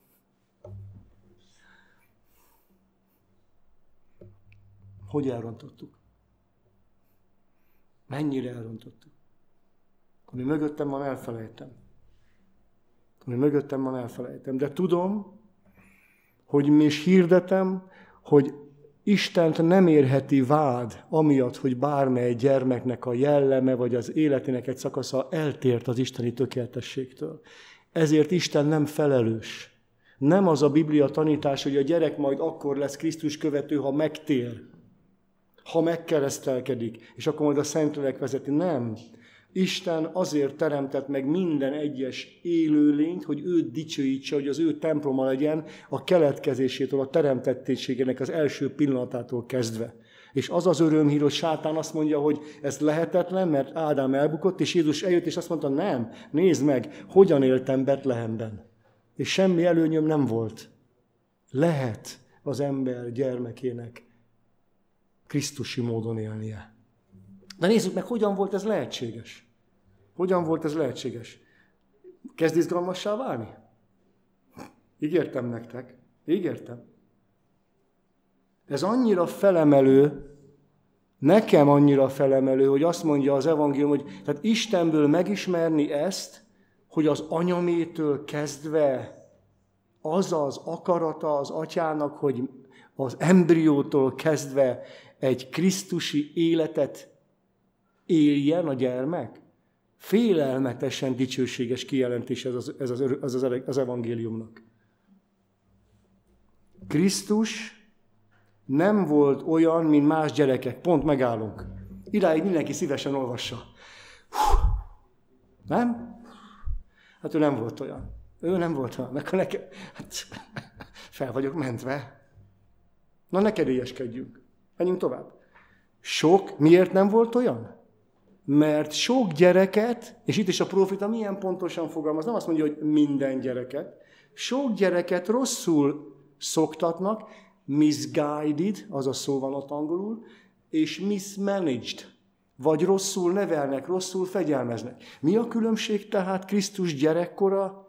Hogy elrontottuk? Mennyire elrontottuk? Ami mögöttem van, elfelejtem. De tudom, hogy és hirdetem, hogy Istent nem érheti vád, amiatt, hogy bármely gyermeknek a jelleme, vagy az életének egy szakasza eltért az isteni tökéletességtől. Ezért Isten nem felelős. Nem az a Biblia tanítás, hogy a gyerek majd akkor lesz Krisztus követő, ha megtér, ha megkeresztelkedik, és akkor majd a Szentlélek vezeti. Nem. Isten azért teremtett meg minden egyes élőlényt, hogy őt dicsőítse, hogy az ő temploma legyen a keletkezésétől, a teremtettségének az első pillanatától kezdve. És az az örömhír, hogy sátán azt mondja, hogy ez lehetetlen, mert Ádám elbukott, és Jézus eljött, és azt mondta, nem, nézd meg, hogyan éltem Betlehemben. És semmi előnyöm nem volt. Lehet az ember gyermekének krisztusi módon élnie. De nézzük meg, hogyan volt ez lehetséges. Kezd izgalmassá válni? Ígértem nektek. Ez annyira felemelő, nekem annyira felemelő, hogy azt mondja az evangélium, hogy tehát Istenből megismerni ezt, hogy az anyamétől kezdve az az akarata az atyának, hogy az embriótól kezdve egy krisztusi életet éljen a gyermek. Félelmetesen dicsőséges kijelentés ez az evangéliumnak. Krisztus nem volt olyan, mint más gyerekek. Pont megállunk. Idáig mindenki szívesen olvassa. Nem? Hát ő nem volt olyan. Hát, fel vagyok mentve. Na, ne kedélyeskedjünk. Menjünk tovább. Miért nem volt olyan? Mert sok gyereket, és itt is a próféta milyen pontosan fogalmaz, nem azt mondja, hogy minden gyereket, sok gyereket rosszul szoktatnak, misguided, az a szó van ott angolul, és mismanaged, vagy rosszul nevelnek, rosszul fegyelmeznek. Mi a különbség tehát Krisztus gyerekkora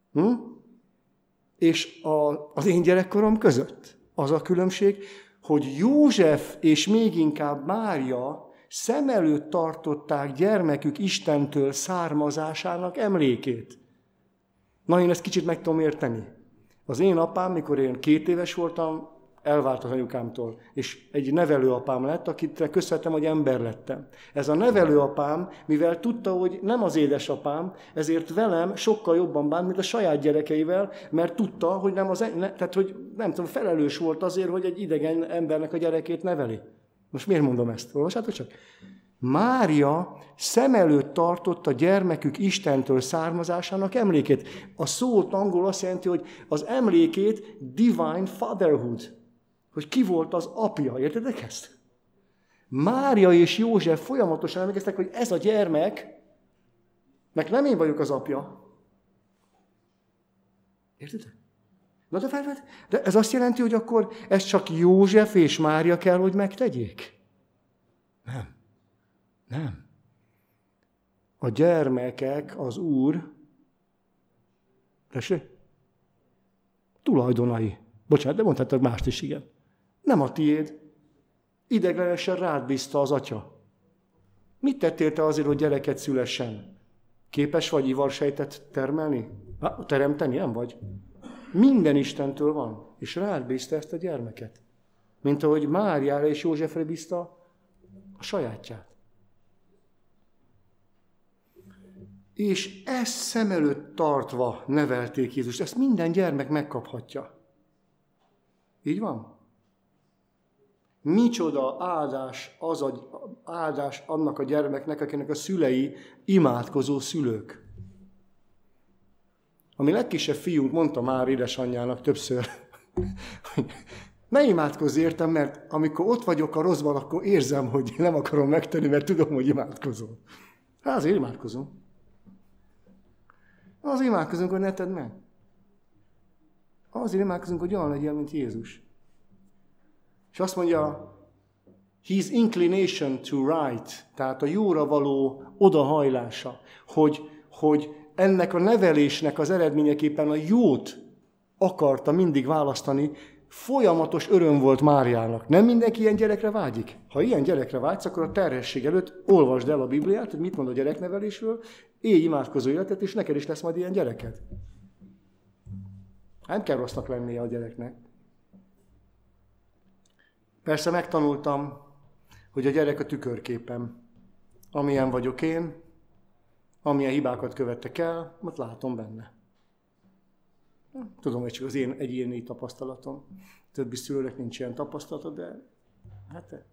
és az én gyerekkorom között? Az a különbség, hogy József és még inkább Mária szem előtt tartották gyermekük Istentől származásának emlékét. Na, én ezt kicsit meg tudom érteni. Az én apám, mikor én 2 éves voltam, elvált az anyukámtól, és egy nevelőapám lett, akit köszönhetem, hogy ember lettem. Ez a nevelőapám, mivel tudta, hogy nem az édesapám, ezért velem sokkal jobban bánt, mint a saját gyerekeivel, mert tudta, hogy felelős volt azért, hogy egy idegen embernek a gyerekét neveli. Most miért mondom ezt? Olvassátok csak. Mária szem előtt tartotta gyermekük Istentől származásának emlékét. A szót angol azt jelenti, hogy az emlékét divine fatherhood, hogy ki volt az apja. Értedek ezt? Mária és József folyamatosan emlékeztek, hogy ez a gyermek, meg nem én vagyok az apja. Értedek? Na de ez azt jelenti, hogy akkor ezt csak József és Mária kell, hogy megtegyék? Nem. A gyermekek az Úr tulajdonai. Bocsánat, de mondhatod mást is, igen. Nem a tiéd. Ideiglenesen rád bízta az atya. Mit tettél te azért, hogy gyereket szülessen? Képes vagy ivarsejtet teremteni? Nem vagy. Minden Istentől van, és rád bízta ezt a gyermeket. Mint ahogy Máriára és Józsefre bízta a sajátját. És ezt szem előtt tartva nevelték Jézust. Ezt minden gyermek megkaphatja. Így van? Micsoda áldás annak a gyermeknek, akinek a szülei imádkozó szülők. A mi legkisebb fiunk mondta már édesanyjának többször, hogy ne imádkozz értem, mert amikor ott vagyok a rosszban, akkor érzem, hogy nem akarom megtenni, mert tudom, hogy imádkozom. Hát azért imádkozom. Azért imádkozunk, hogy ne tedd meg. Azért imádkozunk, hogy olyan legyél, mint Jézus. És azt mondja, his inclination to right, tehát a jóra való odahajlása, hogy ennek a nevelésnek az eredményeképpen a jót akarta mindig választani, folyamatos öröm volt Máriának. Nem mindenki ilyen gyerekre vágyik. Ha ilyen gyerekre vágysz, akkor a terhesség előtt olvasd el a Bibliát, hogy mit mond a gyereknevelésről, élj imádkozó életet, és neked is lesz majd ilyen gyereked. Nem kell rossznak lennie a gyereknek. Persze megtanultam, hogy a gyerek a tükörképem. Amilyen vagyok én, amilyen hibákat követtek el, ott látom benne. Tudom, hogy csak az én egyéni tapasztalatom. Többi szülőnek nincs ilyen tapasztalata, de hát...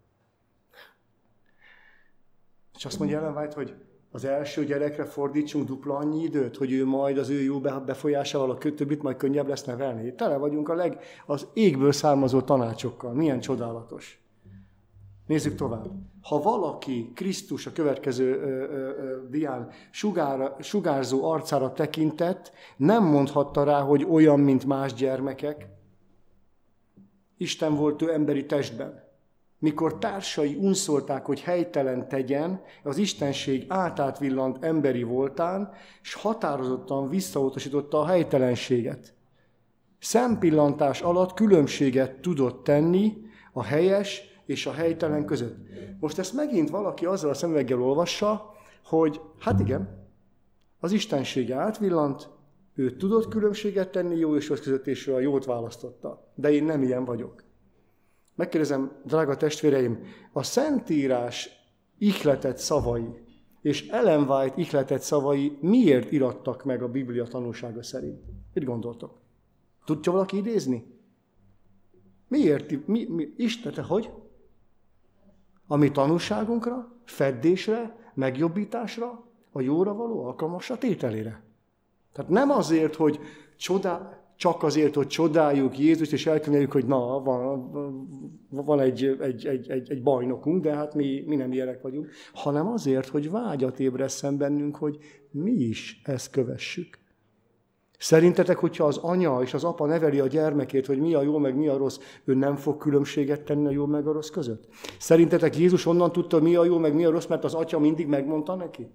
És azt mondja Ellen White, hogy az első gyerekre fordítsunk dupla annyi időt, hogy ő majd az ő jó befolyásával a többit majd könnyebb lesz nevelni. Tele vagyunk az égből származó tanácsokkal. Milyen csodálatos. Nézzük tovább. Ha valaki Krisztus a következő dián sugárzó arcára tekintett, nem mondhatta rá, hogy olyan, mint más gyermekek. Isten volt ő emberi testben. Mikor társai unszolták, hogy helytelen tegyen, az istenség átvillant emberi voltán, és határozottan visszautasította a helytelenséget. szempillantás alatt különbséget tudott tenni a helyes és a helytelen között. Most ezt megint valaki azzal a szemüveggel olvassa, hogy hát igen, az istensége átvillant, ő tudott különbséget tenni jó és rossz között, és ő a jót választotta. De én nem ilyen vagyok. Megkérdezem, drága testvéreim, a Szentírás ihletett szavai és Ellen White ihletett szavai miért irattak meg a Biblia tanúsága szerint? Mit gondoltok? Tudja valaki idézni? Miért? Isten, te hogy? A mi tanúságunkra, feddésre, megjobbításra, a jóra való alkalmasra tételére. Tehát nem azért, hogy csak azért, hogy csodáljuk Jézust, és elkönyveljük, hogy na, van egy bajnokunk, de hát mi nem ilyenek vagyunk, hanem azért, hogy vágyat ébresszen bennünk, hogy mi is ezt kövessük. Szerintetek, hogyha az anya és az apa neveli a gyermekét, hogy mi a jó, meg mi a rossz, ő nem fog különbséget tenni a jó, meg a rossz között? Szerintetek Jézus onnan tudta, mi a jó, meg mi a rossz, mert az atya mindig megmondta neki?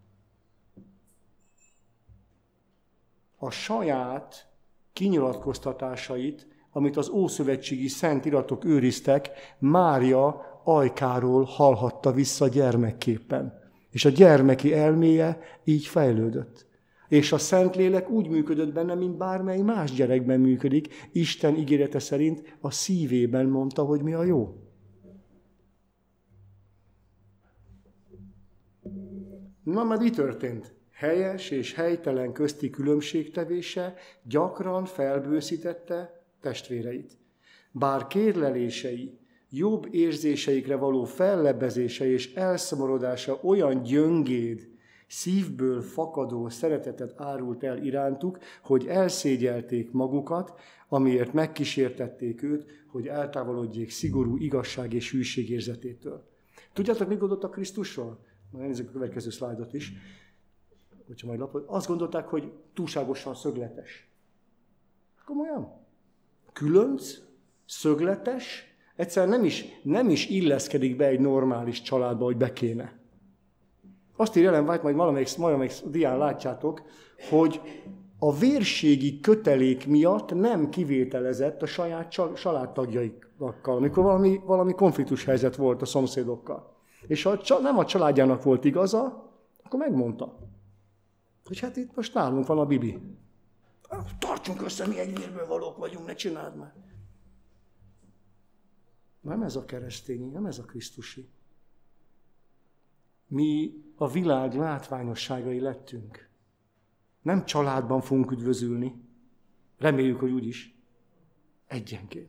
A saját kinyilatkoztatásait, amit az ószövetségi szent iratok őriztek, Mária ajkáról hallhatta vissza gyermekképpen. És a gyermeki elméje így fejlődött. És a Szentlélek úgy működött benne, mint bármely más gyerekben működik. Isten ígérete szerint a szívében mondta, hogy mi a jó. Na, mert mi történt? Helyes és helytelen közti különbségtevése gyakran felbőszítette testvéreit. Bár kérlelései, jobb érzéseikre való fellebbezése és elszomorodása olyan gyöngéd, szívből fakadó szeretetet árult el irántuk, hogy elszégyelték magukat, amiért megkísértették őt, hogy eltávolodjék szigorú igazság és hűség érzetétől. Tudjátok, mit gondoltak Krisztusról? Majd nézzük a következő szlájdot is. Hogyha majd lapod. Azt gondolták, hogy túlságosan szögletes. Komolyan? Különc, szögletes, egyszerűen nem is illeszkedik be egy normális családba, hogy be kéne. Azt írja Ellen White, majd valamelyik dián látjátok, hogy a vérségi kötelék miatt nem kivételezett a saját családtagjaikkal, amikor valami konfliktus helyzet volt a szomszédokkal. És ha nem a családjának volt igaza, akkor megmondta, hogy hát itt most nálunk van a Bibi. Tartsunk össze, mi egy vérből valók vagyunk, ne csináld már. Nem ez a keresztényi, nem ez a krisztusi. Mi a világ látványosságai lettünk. Nem családban fogunk üdvözülni. Reméljük, hogy úgyis. Egyenként.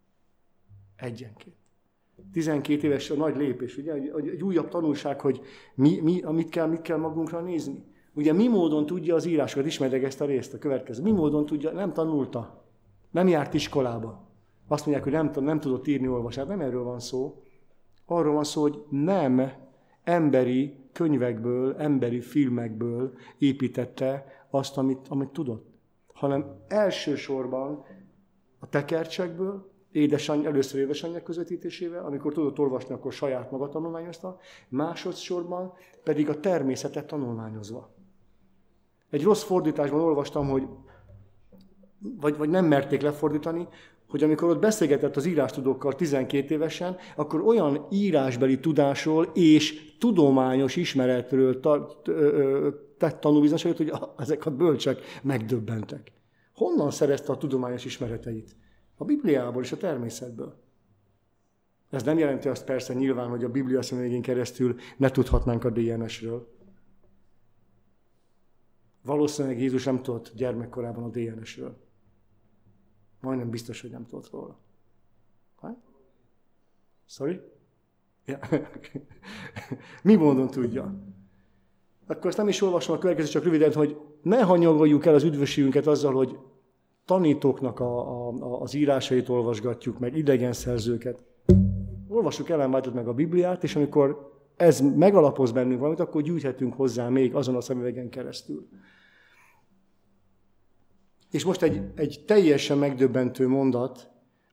12 éves a nagy lépés, ugye? Egy újabb tanulság, hogy mit kell magunkra nézni. Ugye mi módon tudja az írásokat, ismerjük ezt a részt, a következő. Mi módon tudja, nem tanulta, nem járt iskolába. Azt mondják, hogy nem tudott írni, olvasni. Nem erről van szó. Arról van szó, hogy nem emberi könyvekből, emberi filmekből építette azt, amit tudott. Hanem elsősorban a tekercsekből, először édesanyja közvetítésével, amikor tudott olvasni, akkor saját maga tanulmányozta, másodszorban pedig a természetet tanulmányozva. Egy rossz fordításban olvastam, hogy vagy nem merték lefordítani, hogy amikor ott beszélgetett az írástudókkal 12 évesen, akkor olyan írásbeli tudásról és tudományos ismeretről tett tanúbizonyságot, hogy ezek a bölcsek megdöbbentek. Honnan szerezte a tudományos ismereteit? A Bibliából és a természetből. Ez nem jelenti azt persze nyilván, hogy a Biblia szemüvegén keresztül ne tudhatnánk a DNS-ről. Valószínűleg Jézus nem tudott gyermekkorában a DNS-ről. Majdnem biztos, hogy nem tudott róla. Ha? Sorry? Ja. Mi módon tudja? Akkor ezt nem is olvasom a következő, csak röviden, hogy ne hanyagoljuk el az üdvösségünket azzal, hogy tanítóknak az írásait olvasgatjuk, meg idegen szerzőket. Olvassuk Ellen White-ot meg a Bibliát, és amikor ez megalapoz bennünk valamit, akkor gyűjthetünk hozzá még azon a szemüvegen keresztül. És most egy teljesen megdöbbentő mondat,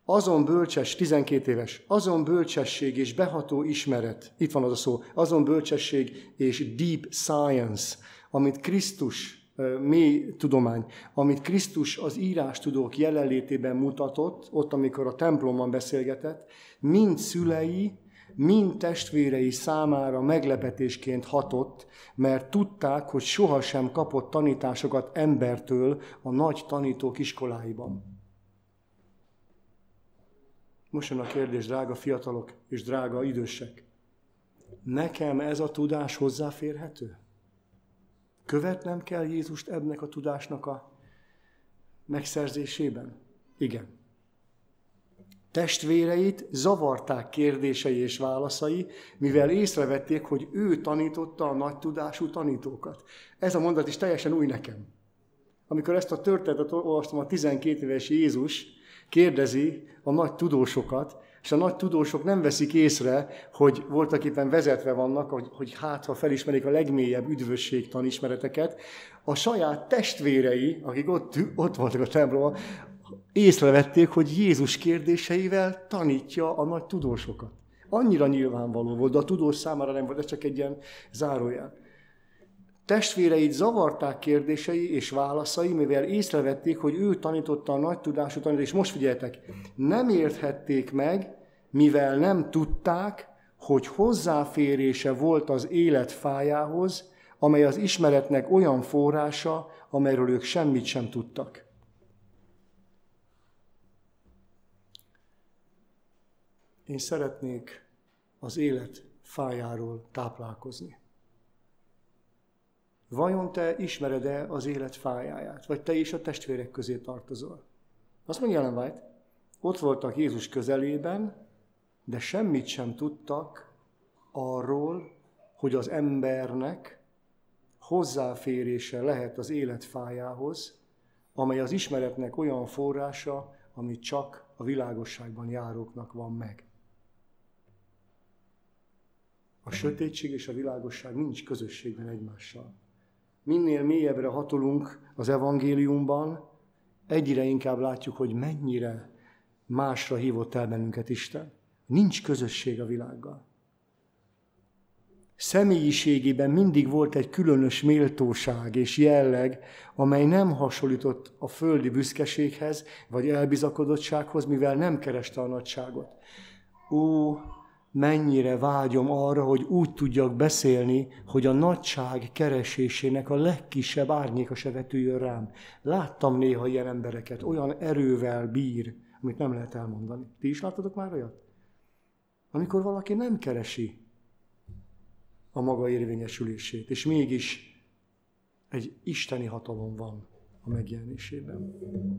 12 éves, azon bölcsesség és beható ismeret, itt van az a szó, azon bölcsesség és deep science, amit Krisztus, mély tudomány, amit Krisztus az írástudók jelenlétében mutatott, ott, amikor a templomban beszélgetett, mind szülei, mind testvérei számára meglepetésként hatott, mert tudták, hogy sohasem kapott tanításokat embertől a nagy tanítók iskoláiban. Most jön a kérdés, drága fiatalok és drága idősek. Nekem ez a tudás hozzáférhető? Követnem kell Jézust ennek a tudásnak a megszerzésében? Igen. Testvéreit zavarták kérdései és válaszai, mivel észrevették, hogy ő tanította a nagy tudású tanítókat. Ez a mondat is teljesen új nekem. Amikor ezt a történetet olvastam, a 12 éves Jézus kérdezi a nagy tudósokat, És a nagy tudósok nem veszik észre, hogy voltaképpen vezetve vannak, hogy hát ha felismerik a legmélyebb üdvösségtan ismereteket, a saját testvérei, akik ott voltak a templomban, észrevették, hogy Jézus kérdéseivel tanítja a nagy tudósokat. Annyira nyilvánvaló volt, de a tudós számára nem volt, ez csak egy ilyen zárójel. Testvéreit zavarták kérdései és válaszai, mivel észrevették, hogy ő tanította a nagy tudású tanítót, és most figyeljetek, nem érthették meg, mivel nem tudták, hogy hozzáférése volt az élet fájához, amely az ismeretnek olyan forrása, amelyről ők semmit sem tudtak. Én szeretnék az élet fájáról táplálkozni. Vajon te ismered-e az élet fájáját? Vagy te is a testvérek közé tartozol? Azt mondja Ellen White, ott voltak Jézus közelében, de semmit sem tudtak arról, hogy az embernek hozzáférése lehet az élet fájához, amely az ismeretnek olyan forrása, ami csak a világosságban járóknak van meg. A sötétség és a világosság nincs közösségben egymással. Minél mélyebbre hatolunk az evangéliumban, egyre inkább látjuk, hogy mennyire másra hívott el bennünket Isten. Nincs közösség a világgal. Személyiségében mindig volt egy különös méltóság és jelleg, amely nem hasonlított a földi büszkeséghez vagy elbizakodottsághoz, mivel nem kereste a nagyságot. Ó, mennyire vágyom arra, hogy úgy tudjak beszélni, hogy a nagyság keresésének a legkisebb árnyéka se vetüljön rám. Láttam néha ilyen embereket, olyan erővel bír, amit nem lehet elmondani. Ti is láttatok már olyat? Amikor valaki nem keresi a maga érvényesülését, és mégis egy isteni hatalom van a megjelenésében.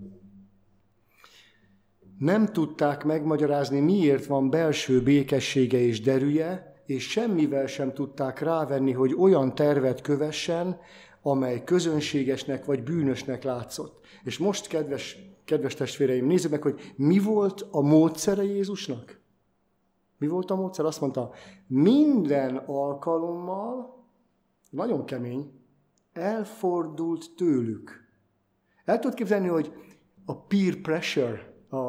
Nem tudták megmagyarázni, miért van belső békessége és derűje, és semmivel sem tudták rávenni, hogy olyan tervet kövessen, amely közönségesnek vagy bűnösnek látszott. És most, kedves testvéreim, nézzük meg, hogy mi volt a módszere Jézusnak? Mi volt a módszer? Azt mondta, minden alkalommal, nagyon kemény, elfordult tőlük. El tudod képzelni, hogy a peer pressure,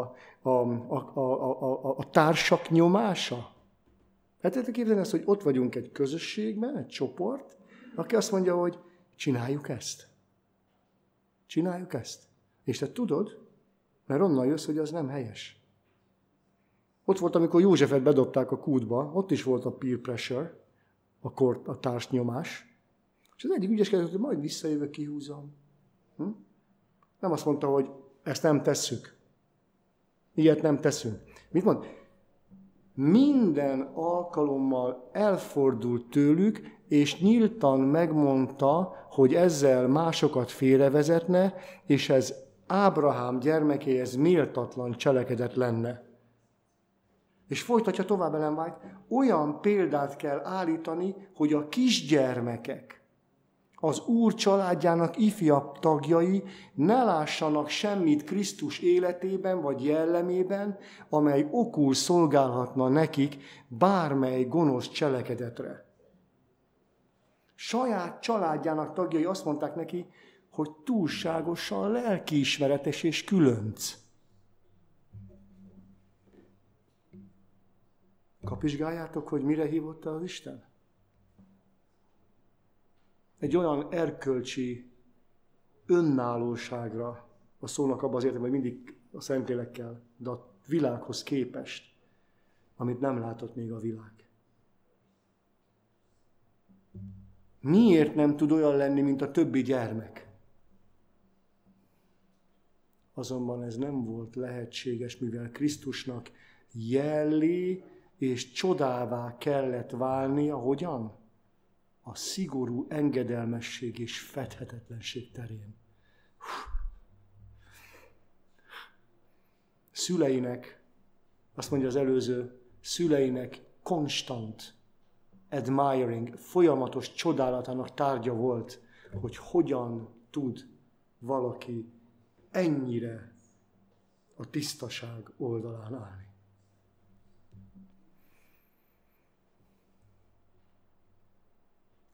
a társak nyomása? El tudod képzelni azt, hogy ott vagyunk egy közösségben, egy csoport, aki azt mondja, hogy csináljuk ezt. Csináljuk ezt. És te tudod, mert onnan jössz, hogy az nem helyes. Ott volt, amikor Józsefet bedobták a kútba, ott is volt a peer pressure, a társnyomás, és az egyik ügyeskedett, hogy majd visszajövök, kihúzom. Nem azt mondta, hogy ezt nem tesszük. Ilyet nem teszünk. Mit mond? Minden alkalommal elfordult tőlük, és nyíltan megmondta, hogy ezzel másokat félrevezetne, és ez Ábrahám gyermekéhez méltatlan cselekedet lenne. És folytatja tovább Ellen White, olyan példát kell állítani, hogy a kisgyermekek, az Úr családjának ifjabb tagjai ne lássanak semmit Krisztus életében vagy jellemében, amely okul szolgálhatna nekik bármely gonosz cselekedetre. Saját családjának tagjai azt mondták neki, hogy túlságosan lelkiismeretes és különc. Kapizsgáljátok, hogy mire hívott el az Isten? Egy olyan erkölcsi önállóságra, a szónak abban az értelemben, hogy mindig a Szentlélekkel, de a világhoz képest, amit nem látott még a világ. Miért nem tud olyan lenni, mint a többi gyermek? Azonban ez nem volt lehetséges, mivel Krisztusnak jellé és csodává kellett válnia, hogyan? A szigorú engedelmesség és fedhetetlenség terén. Szüleinek, azt mondja az előző, szüleinek constant admiring, folyamatos csodálatának tárgya volt, hogy hogyan tud valaki ennyire a tisztaság oldalán állni.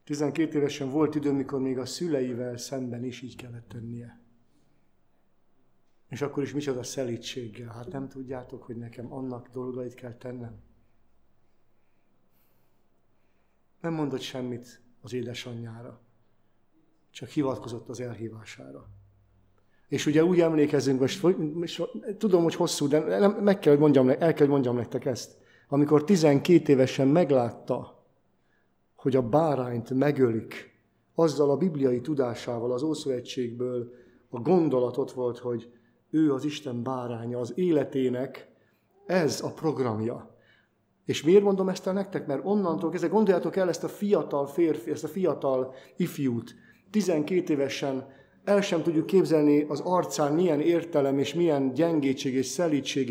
12 évesen volt idő, mikor még a szüleivel szemben is így kellett tennie. És akkor is micsoda szelídséggel. Hát nem tudjátok, hogy nekem annak dolgait kell tennem? Nem mondott semmit az édesanyjára, csak hivatkozott az elhívására. És ugye úgy emlékezünk, most tudom, hogy hosszú, de el kell, hogy mondjam nektek ezt. Amikor 12 évesen meglátta, hogy a bárányt megölik, azzal a bibliai tudásával, az Ószövetségből a gondolat ott volt, hogy ő az Isten báránya, az életének ez a programja. És miért mondom ezt el nektek? Mert onnantól kezdve gondoljátok el ezt a fiatal férfi, ezt a fiatal ifjút, 12 évesen el sem tudjuk képzelni az arcán milyen értelem és milyen gyengétség és szelídség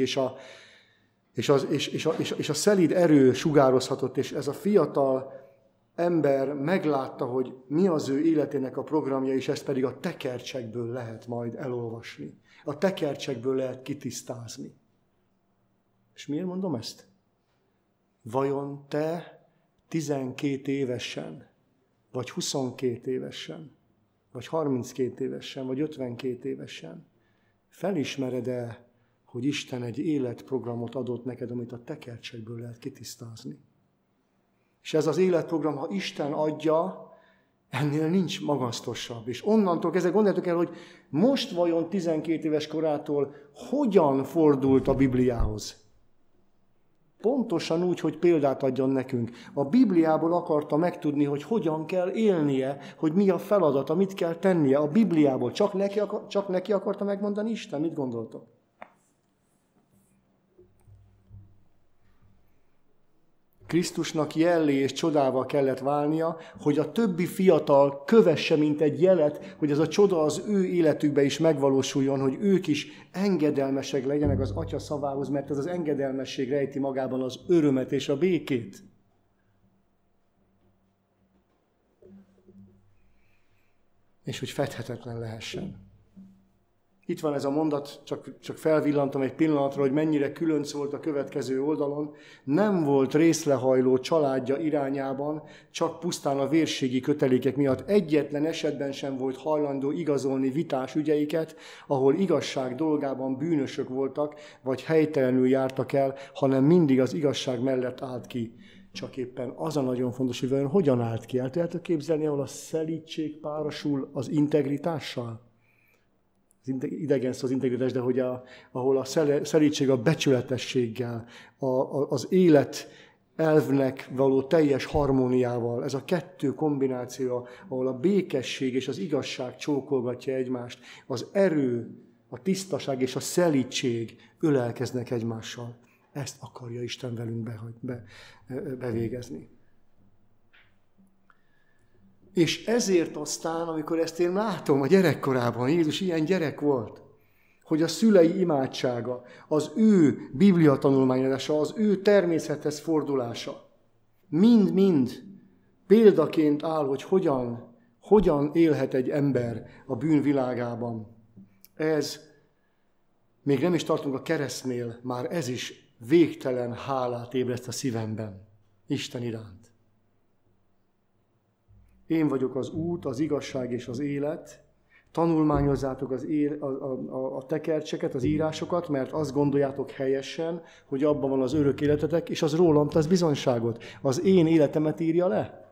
és a szelíd erő sugározhatott, és ez a fiatal ember meglátta, hogy mi az ő életének a programja, és ezt pedig a tekercsekből lehet majd elolvasni. A tekercsekből lehet kitisztázni. És miért mondom ezt? Vajon te 12 évesen, vagy 22 évesen, vagy 32 évesen, vagy 52 évesen felismered-e, hogy Isten egy életprogramot adott neked, amit a tekercsekből lehet kitisztázni? És ez az életprogram, ha Isten adja, ennél nincs magasztosabb. És onnantól kezdve gondoljátok el, hogy most vajon 12 éves korától hogyan fordult a Bibliához? Pontosan úgy, hogy példát adjon nekünk. A Bibliából akarta megtudni, hogy hogyan kell élnie, hogy mi a feladata, mit kell tennie. A Bibliából csak neki akarta megmondani Isten. Mit gondoltok? Krisztusnak jellé és csodával kellett válnia, hogy a többi fiatal kövesse, mint egy jelet, hogy ez a csoda az ő életükbe is megvalósuljon, hogy ők is engedelmesek legyenek az Atya szavához, mert ez az engedelmesség rejti magában az örömet és a békét. És hogy fedhetetlen lehessen. Itt van ez a mondat, csak felvillantom egy pillanatra, hogy mennyire különc volt a következő oldalon. Nem volt részlehajló családja irányában, csak pusztán a vérségi kötelékek miatt egyetlen esetben sem volt hajlandó igazolni vitás ügyeiket, ahol igazság dolgában bűnösök voltak, vagy helytelenül jártak el, hanem mindig az igazság mellett állt ki. Csak éppen az a nagyon fontos, hogy hogyan állt ki. El tudjátok képzelni, ahol a szelídség párosul az integritással? Idegen szó az integritás, de hogy ahol a szelídség a becsületességgel, az élet elvnek való teljes harmóniával, ez a kettő kombináció, ahol a békesség és az igazság csókolgatja egymást, az erő, a tisztaság és a szelídség ölelkeznek egymással. Ezt akarja Isten velünk bevégezni. És ezért aztán, amikor ezt én látom a gyerekkorában, Jézus ilyen gyerek volt, hogy a szülei imádsága, az ő bibliatanulmányozása, az ő természethez fordulása, mind-mind példaként áll, hogy hogyan élhet egy ember a bűn világában. Ez, még nem is tartunk a keresztnél, már ez is végtelen hálát ébreszt a szívemben Isten iránt. Én vagyok az út, az igazság és az élet. Tanulmányozzátok a tekercseket, az írásokat, mert azt gondoljátok helyesen, hogy abban van az örök életetek, és az rólam tesz bizonyságot. Az én életemet írja le.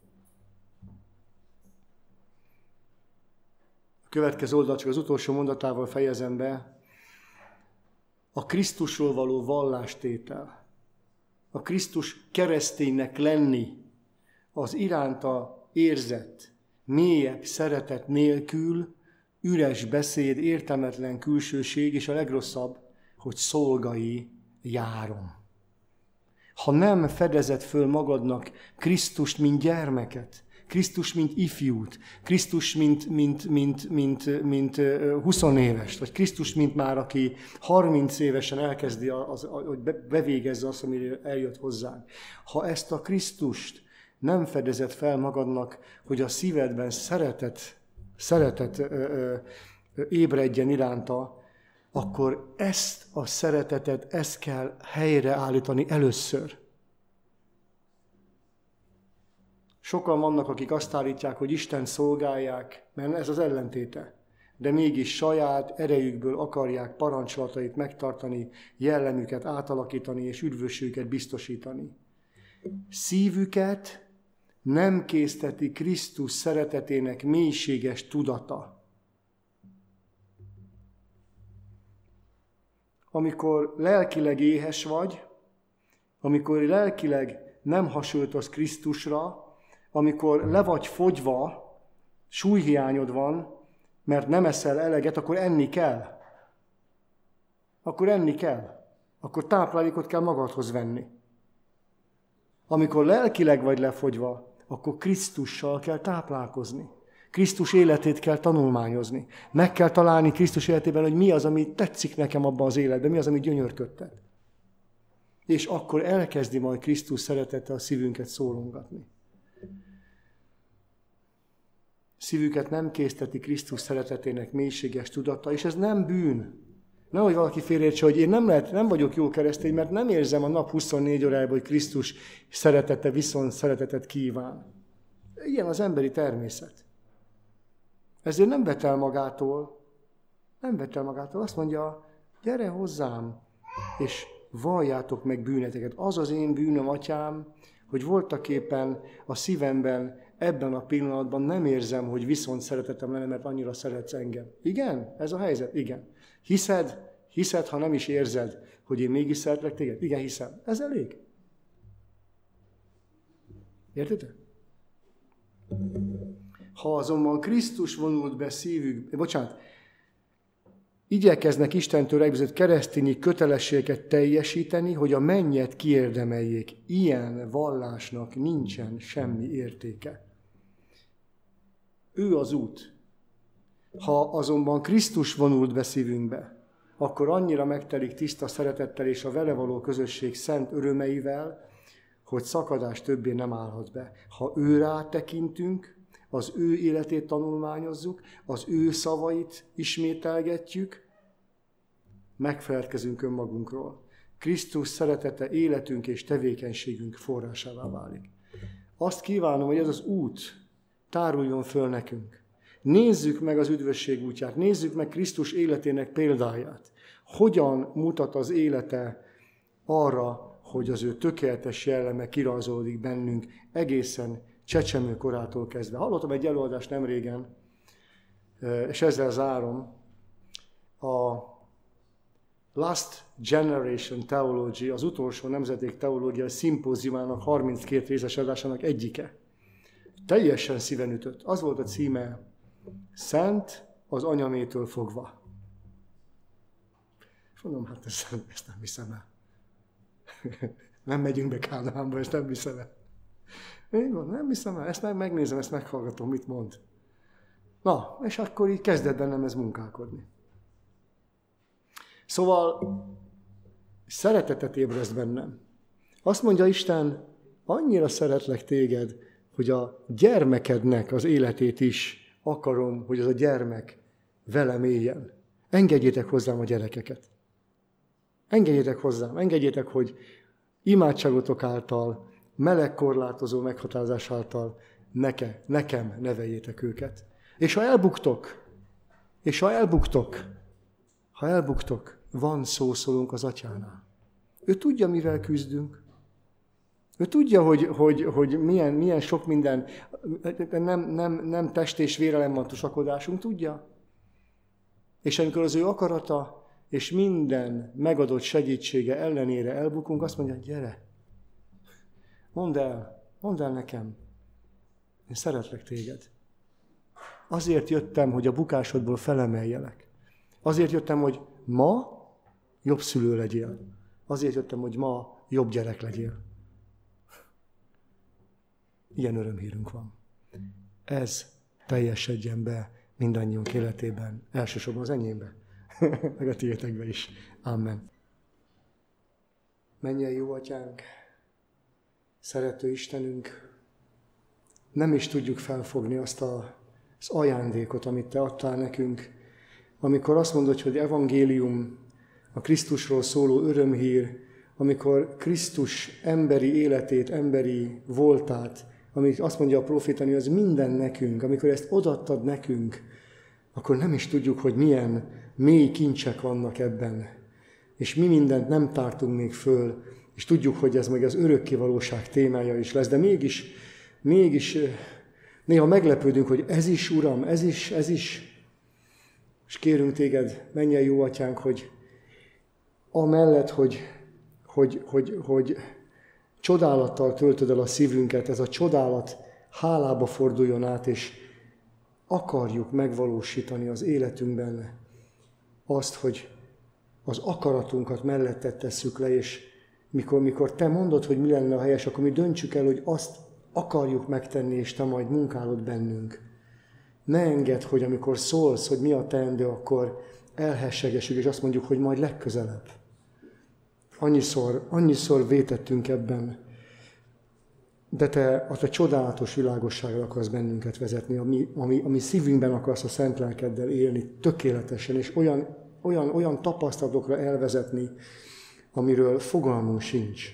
A következő oldal csak az utolsó mondatával fejezem be. A Krisztusról való vallástétel, a Krisztus kereszténynek lenni, az iránta érzett, mélyebb szeretet nélkül, üres beszéd, értelmetlen külsőség, és a legrosszabb, hogy szolgai járom. Ha nem fedezed föl magadnak Krisztust, mint gyermeket, Krisztus, mint ifjút, Krisztus, mint 20 éves, vagy Krisztus, mint már aki 30 évesen elkezdi, hogy bevégezze azt, amire eljött hozzánk. Ha ezt a Krisztust nem fedezed fel magadnak, hogy a szívedben szeretet ébredjen iránta, akkor ezt a szeretetet, ezt kell helyreállítani először. Sokan vannak, akik azt állítják, hogy Isten szolgálják, mert ez az ellentéte. De mégis saját erejükből akarják parancsolatait megtartani, jellemüket átalakítani és üdvösségüket biztosítani. Szívüket nem készteti Krisztus szeretetének mélységes tudata. Amikor lelkileg éhes vagy, amikor lelkileg nem hasonlítasz Krisztusra, amikor le vagy fogyva, súlyhiányod van, mert nem eszel eleget, akkor enni kell. Akkor táplálékot kell magadhoz venni. Amikor lelkileg vagy lefogyva, akkor Krisztussal kell táplálkozni. Krisztus életét kell tanulmányozni. Meg kell találni Krisztus életében, hogy mi az, ami tetszik nekem abban az életben, mi az, ami gyönyörködtet. És akkor elkezdi majd Krisztus szeretete a szívünket szólongatni. Szívüket nem készteti Krisztus szeretetének mélységes tudata, és ez nem bűn. Nehogy valaki félreértse, hogy én nem vagyok jó keresztény, mert nem érzem a nap 24 órájában, hogy Krisztus szeretete viszont szeretetet kíván. Ilyen az emberi természet. Ezért nem vet el magától. Azt mondja, gyere hozzám, és valljátok meg bűneteket. Az az én bűnöm, atyám, hogy voltaképpen a szívemben ebben a pillanatban nem érzem, hogy viszont szeretetem lenne, mert annyira szeretsz engem. Igen? Ez a helyzet? Igen. Hiszed, ha nem is érzed, hogy én mégis szeretlek téged? Igen, hiszem. Ez elég. Értitek? Ha azonban Krisztus vonult be igyekeznek Istentől megbízott keresztényi kötelességeket teljesíteni, hogy a mennyet kiérdemeljék. Ilyen vallásnak nincsen semmi értéke. Ő az út. Ha azonban Krisztus vonult be szívünkbe, akkor annyira megtelik tiszta szeretettel és a vele való közösség szent örömeivel, hogy szakadás többé nem állhat be. Ha ő rá tekintünk, az ő életét tanulmányozzuk, az ő szavait ismételgetjük, megfeledkezünk önmagunkról. Krisztus szeretete életünk és tevékenységünk forrásává válik. Azt kívánom, hogy ez az út táruljon föl nekünk. Nézzük meg az üdvösség útját, nézzük meg Krisztus életének példáját. Hogyan mutat az élete arra, hogy az ő tökéletes jelleme kirajzolódik bennünk egészen csecsemő korától kezdve. Hallottam egy előadást nemrégen, és ezzel zárom, a Last Generation Theology, az utolsó nemzedék teológiai szimpóziumának 32 részes adásának egyike. Teljesen szíven ütött. Az volt a címe, Szent az anyamétől fogva. És mondom, hát ezt nem hiszem el. Nem megyünk be Kánaánba, ezt nem hiszem el. Nem hiszem el, ezt megnézem, ezt meghallgatom, mit mond. Na, és akkor így kezdett bennem ez munkálkodni. Szóval szeretetet ébreszt bennem. Azt mondja Isten, annyira szeretlek téged, hogy a gyermekednek az életét is akarom, hogy az a gyermek velem éljen. Engedjétek hozzám a gyerekeket. Engedjétek hozzám, engedjétek, hogy imádságotok által, melegkorlátozó meghatározás által nekem neveljétek őket. És ha elbuktok, van szószólónk az atyánál. Ő tudja, mivel küzdünk. Ő tudja, hogy milyen sok minden, nem test és vérelem van tusakodásunk, tudja. És amikor az ő akarata és minden megadott segítsége ellenére elbukunk, azt mondja, gyere, mondd el nekem, én szeretlek téged. Azért jöttem, hogy a bukásodból felemeljelek. Azért jöttem, hogy ma jobb szülő legyél. Azért jöttem, hogy ma jobb gyerek legyél. Ilyen örömhírünk van. Ez teljesedjen be mindannyiunk életében, elsősorban az enyémbe, meg a tiétekbe is. Amen. Mennyei jó atyánk, szerető Istenünk, nem is tudjuk felfogni azt az ajándékot, amit te adtál nekünk, amikor azt mondod, hogy evangélium, a Krisztusról szóló örömhír, amikor Krisztus emberi életét, emberi voltát amit azt mondja a profétanő, az minden nekünk. Amikor ezt odaadtad nekünk, akkor nem is tudjuk, hogy milyen mély kincsek vannak ebben. És mi mindent nem tártunk még föl, és tudjuk, hogy ez meg az örökkévalóság témája is lesz, de mégis néha meglepődünk, hogy ez is, Uram, ez is. És kérünk téged, mennyei jó atyánk, hogy amellett, hogy csodálattal töltöd el a szívünket, ez a csodálat hálába forduljon át, és akarjuk megvalósítani az életünkben azt, hogy az akaratunkat melletted tesszük le, és mikor te mondod, hogy mi lenne a helyes, akkor mi döntsük el, hogy azt akarjuk megtenni, és te majd munkálod bennünk. Ne engedd, hogy amikor szólsz, hogy mi a teendő, akkor elhessegesünk, és azt mondjuk, hogy majd legközelebb. Annyiszor vétettünk ebben, de te a te csodálatos világosságra akarsz bennünket vezetni, ami szívünkben akarsz a szent lelkeddel élni tökéletesen, és olyan tapasztalatokra elvezetni, amiről fogalmunk sincs.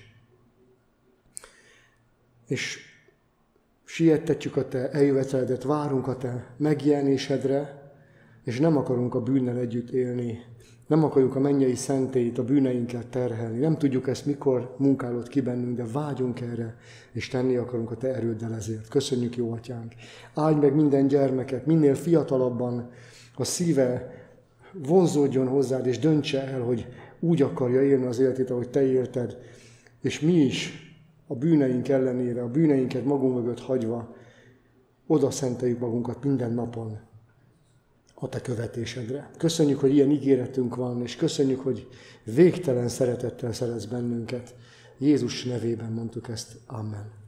És siettetjük a te eljöveteledet, várunk a te megjelenésedre, és nem akarunk a bűnnel együtt élni. Nem akarjuk a mennyei szentélyt, a bűneinket terhelni. Nem tudjuk ezt, mikor munkálod ki bennünk, de vágyunk erre, és tenni akarunk a te erőddel ezért. Köszönjük, jó atyánk! Áldj meg minden gyermeket, minél fiatalabban a szíve vonzódjon hozzád, és döntse el, hogy úgy akarja élni az életét, ahogy te élted, és mi is a bűneink ellenére, a bűneinket magunk mögött hagyva oda szenteljük magunkat minden napon a te követésedre. Köszönjük, hogy ilyen ígéretünk van, és köszönjük, hogy végtelen szeretettel szeretsz bennünket. Jézus nevében mondtuk ezt. Amen.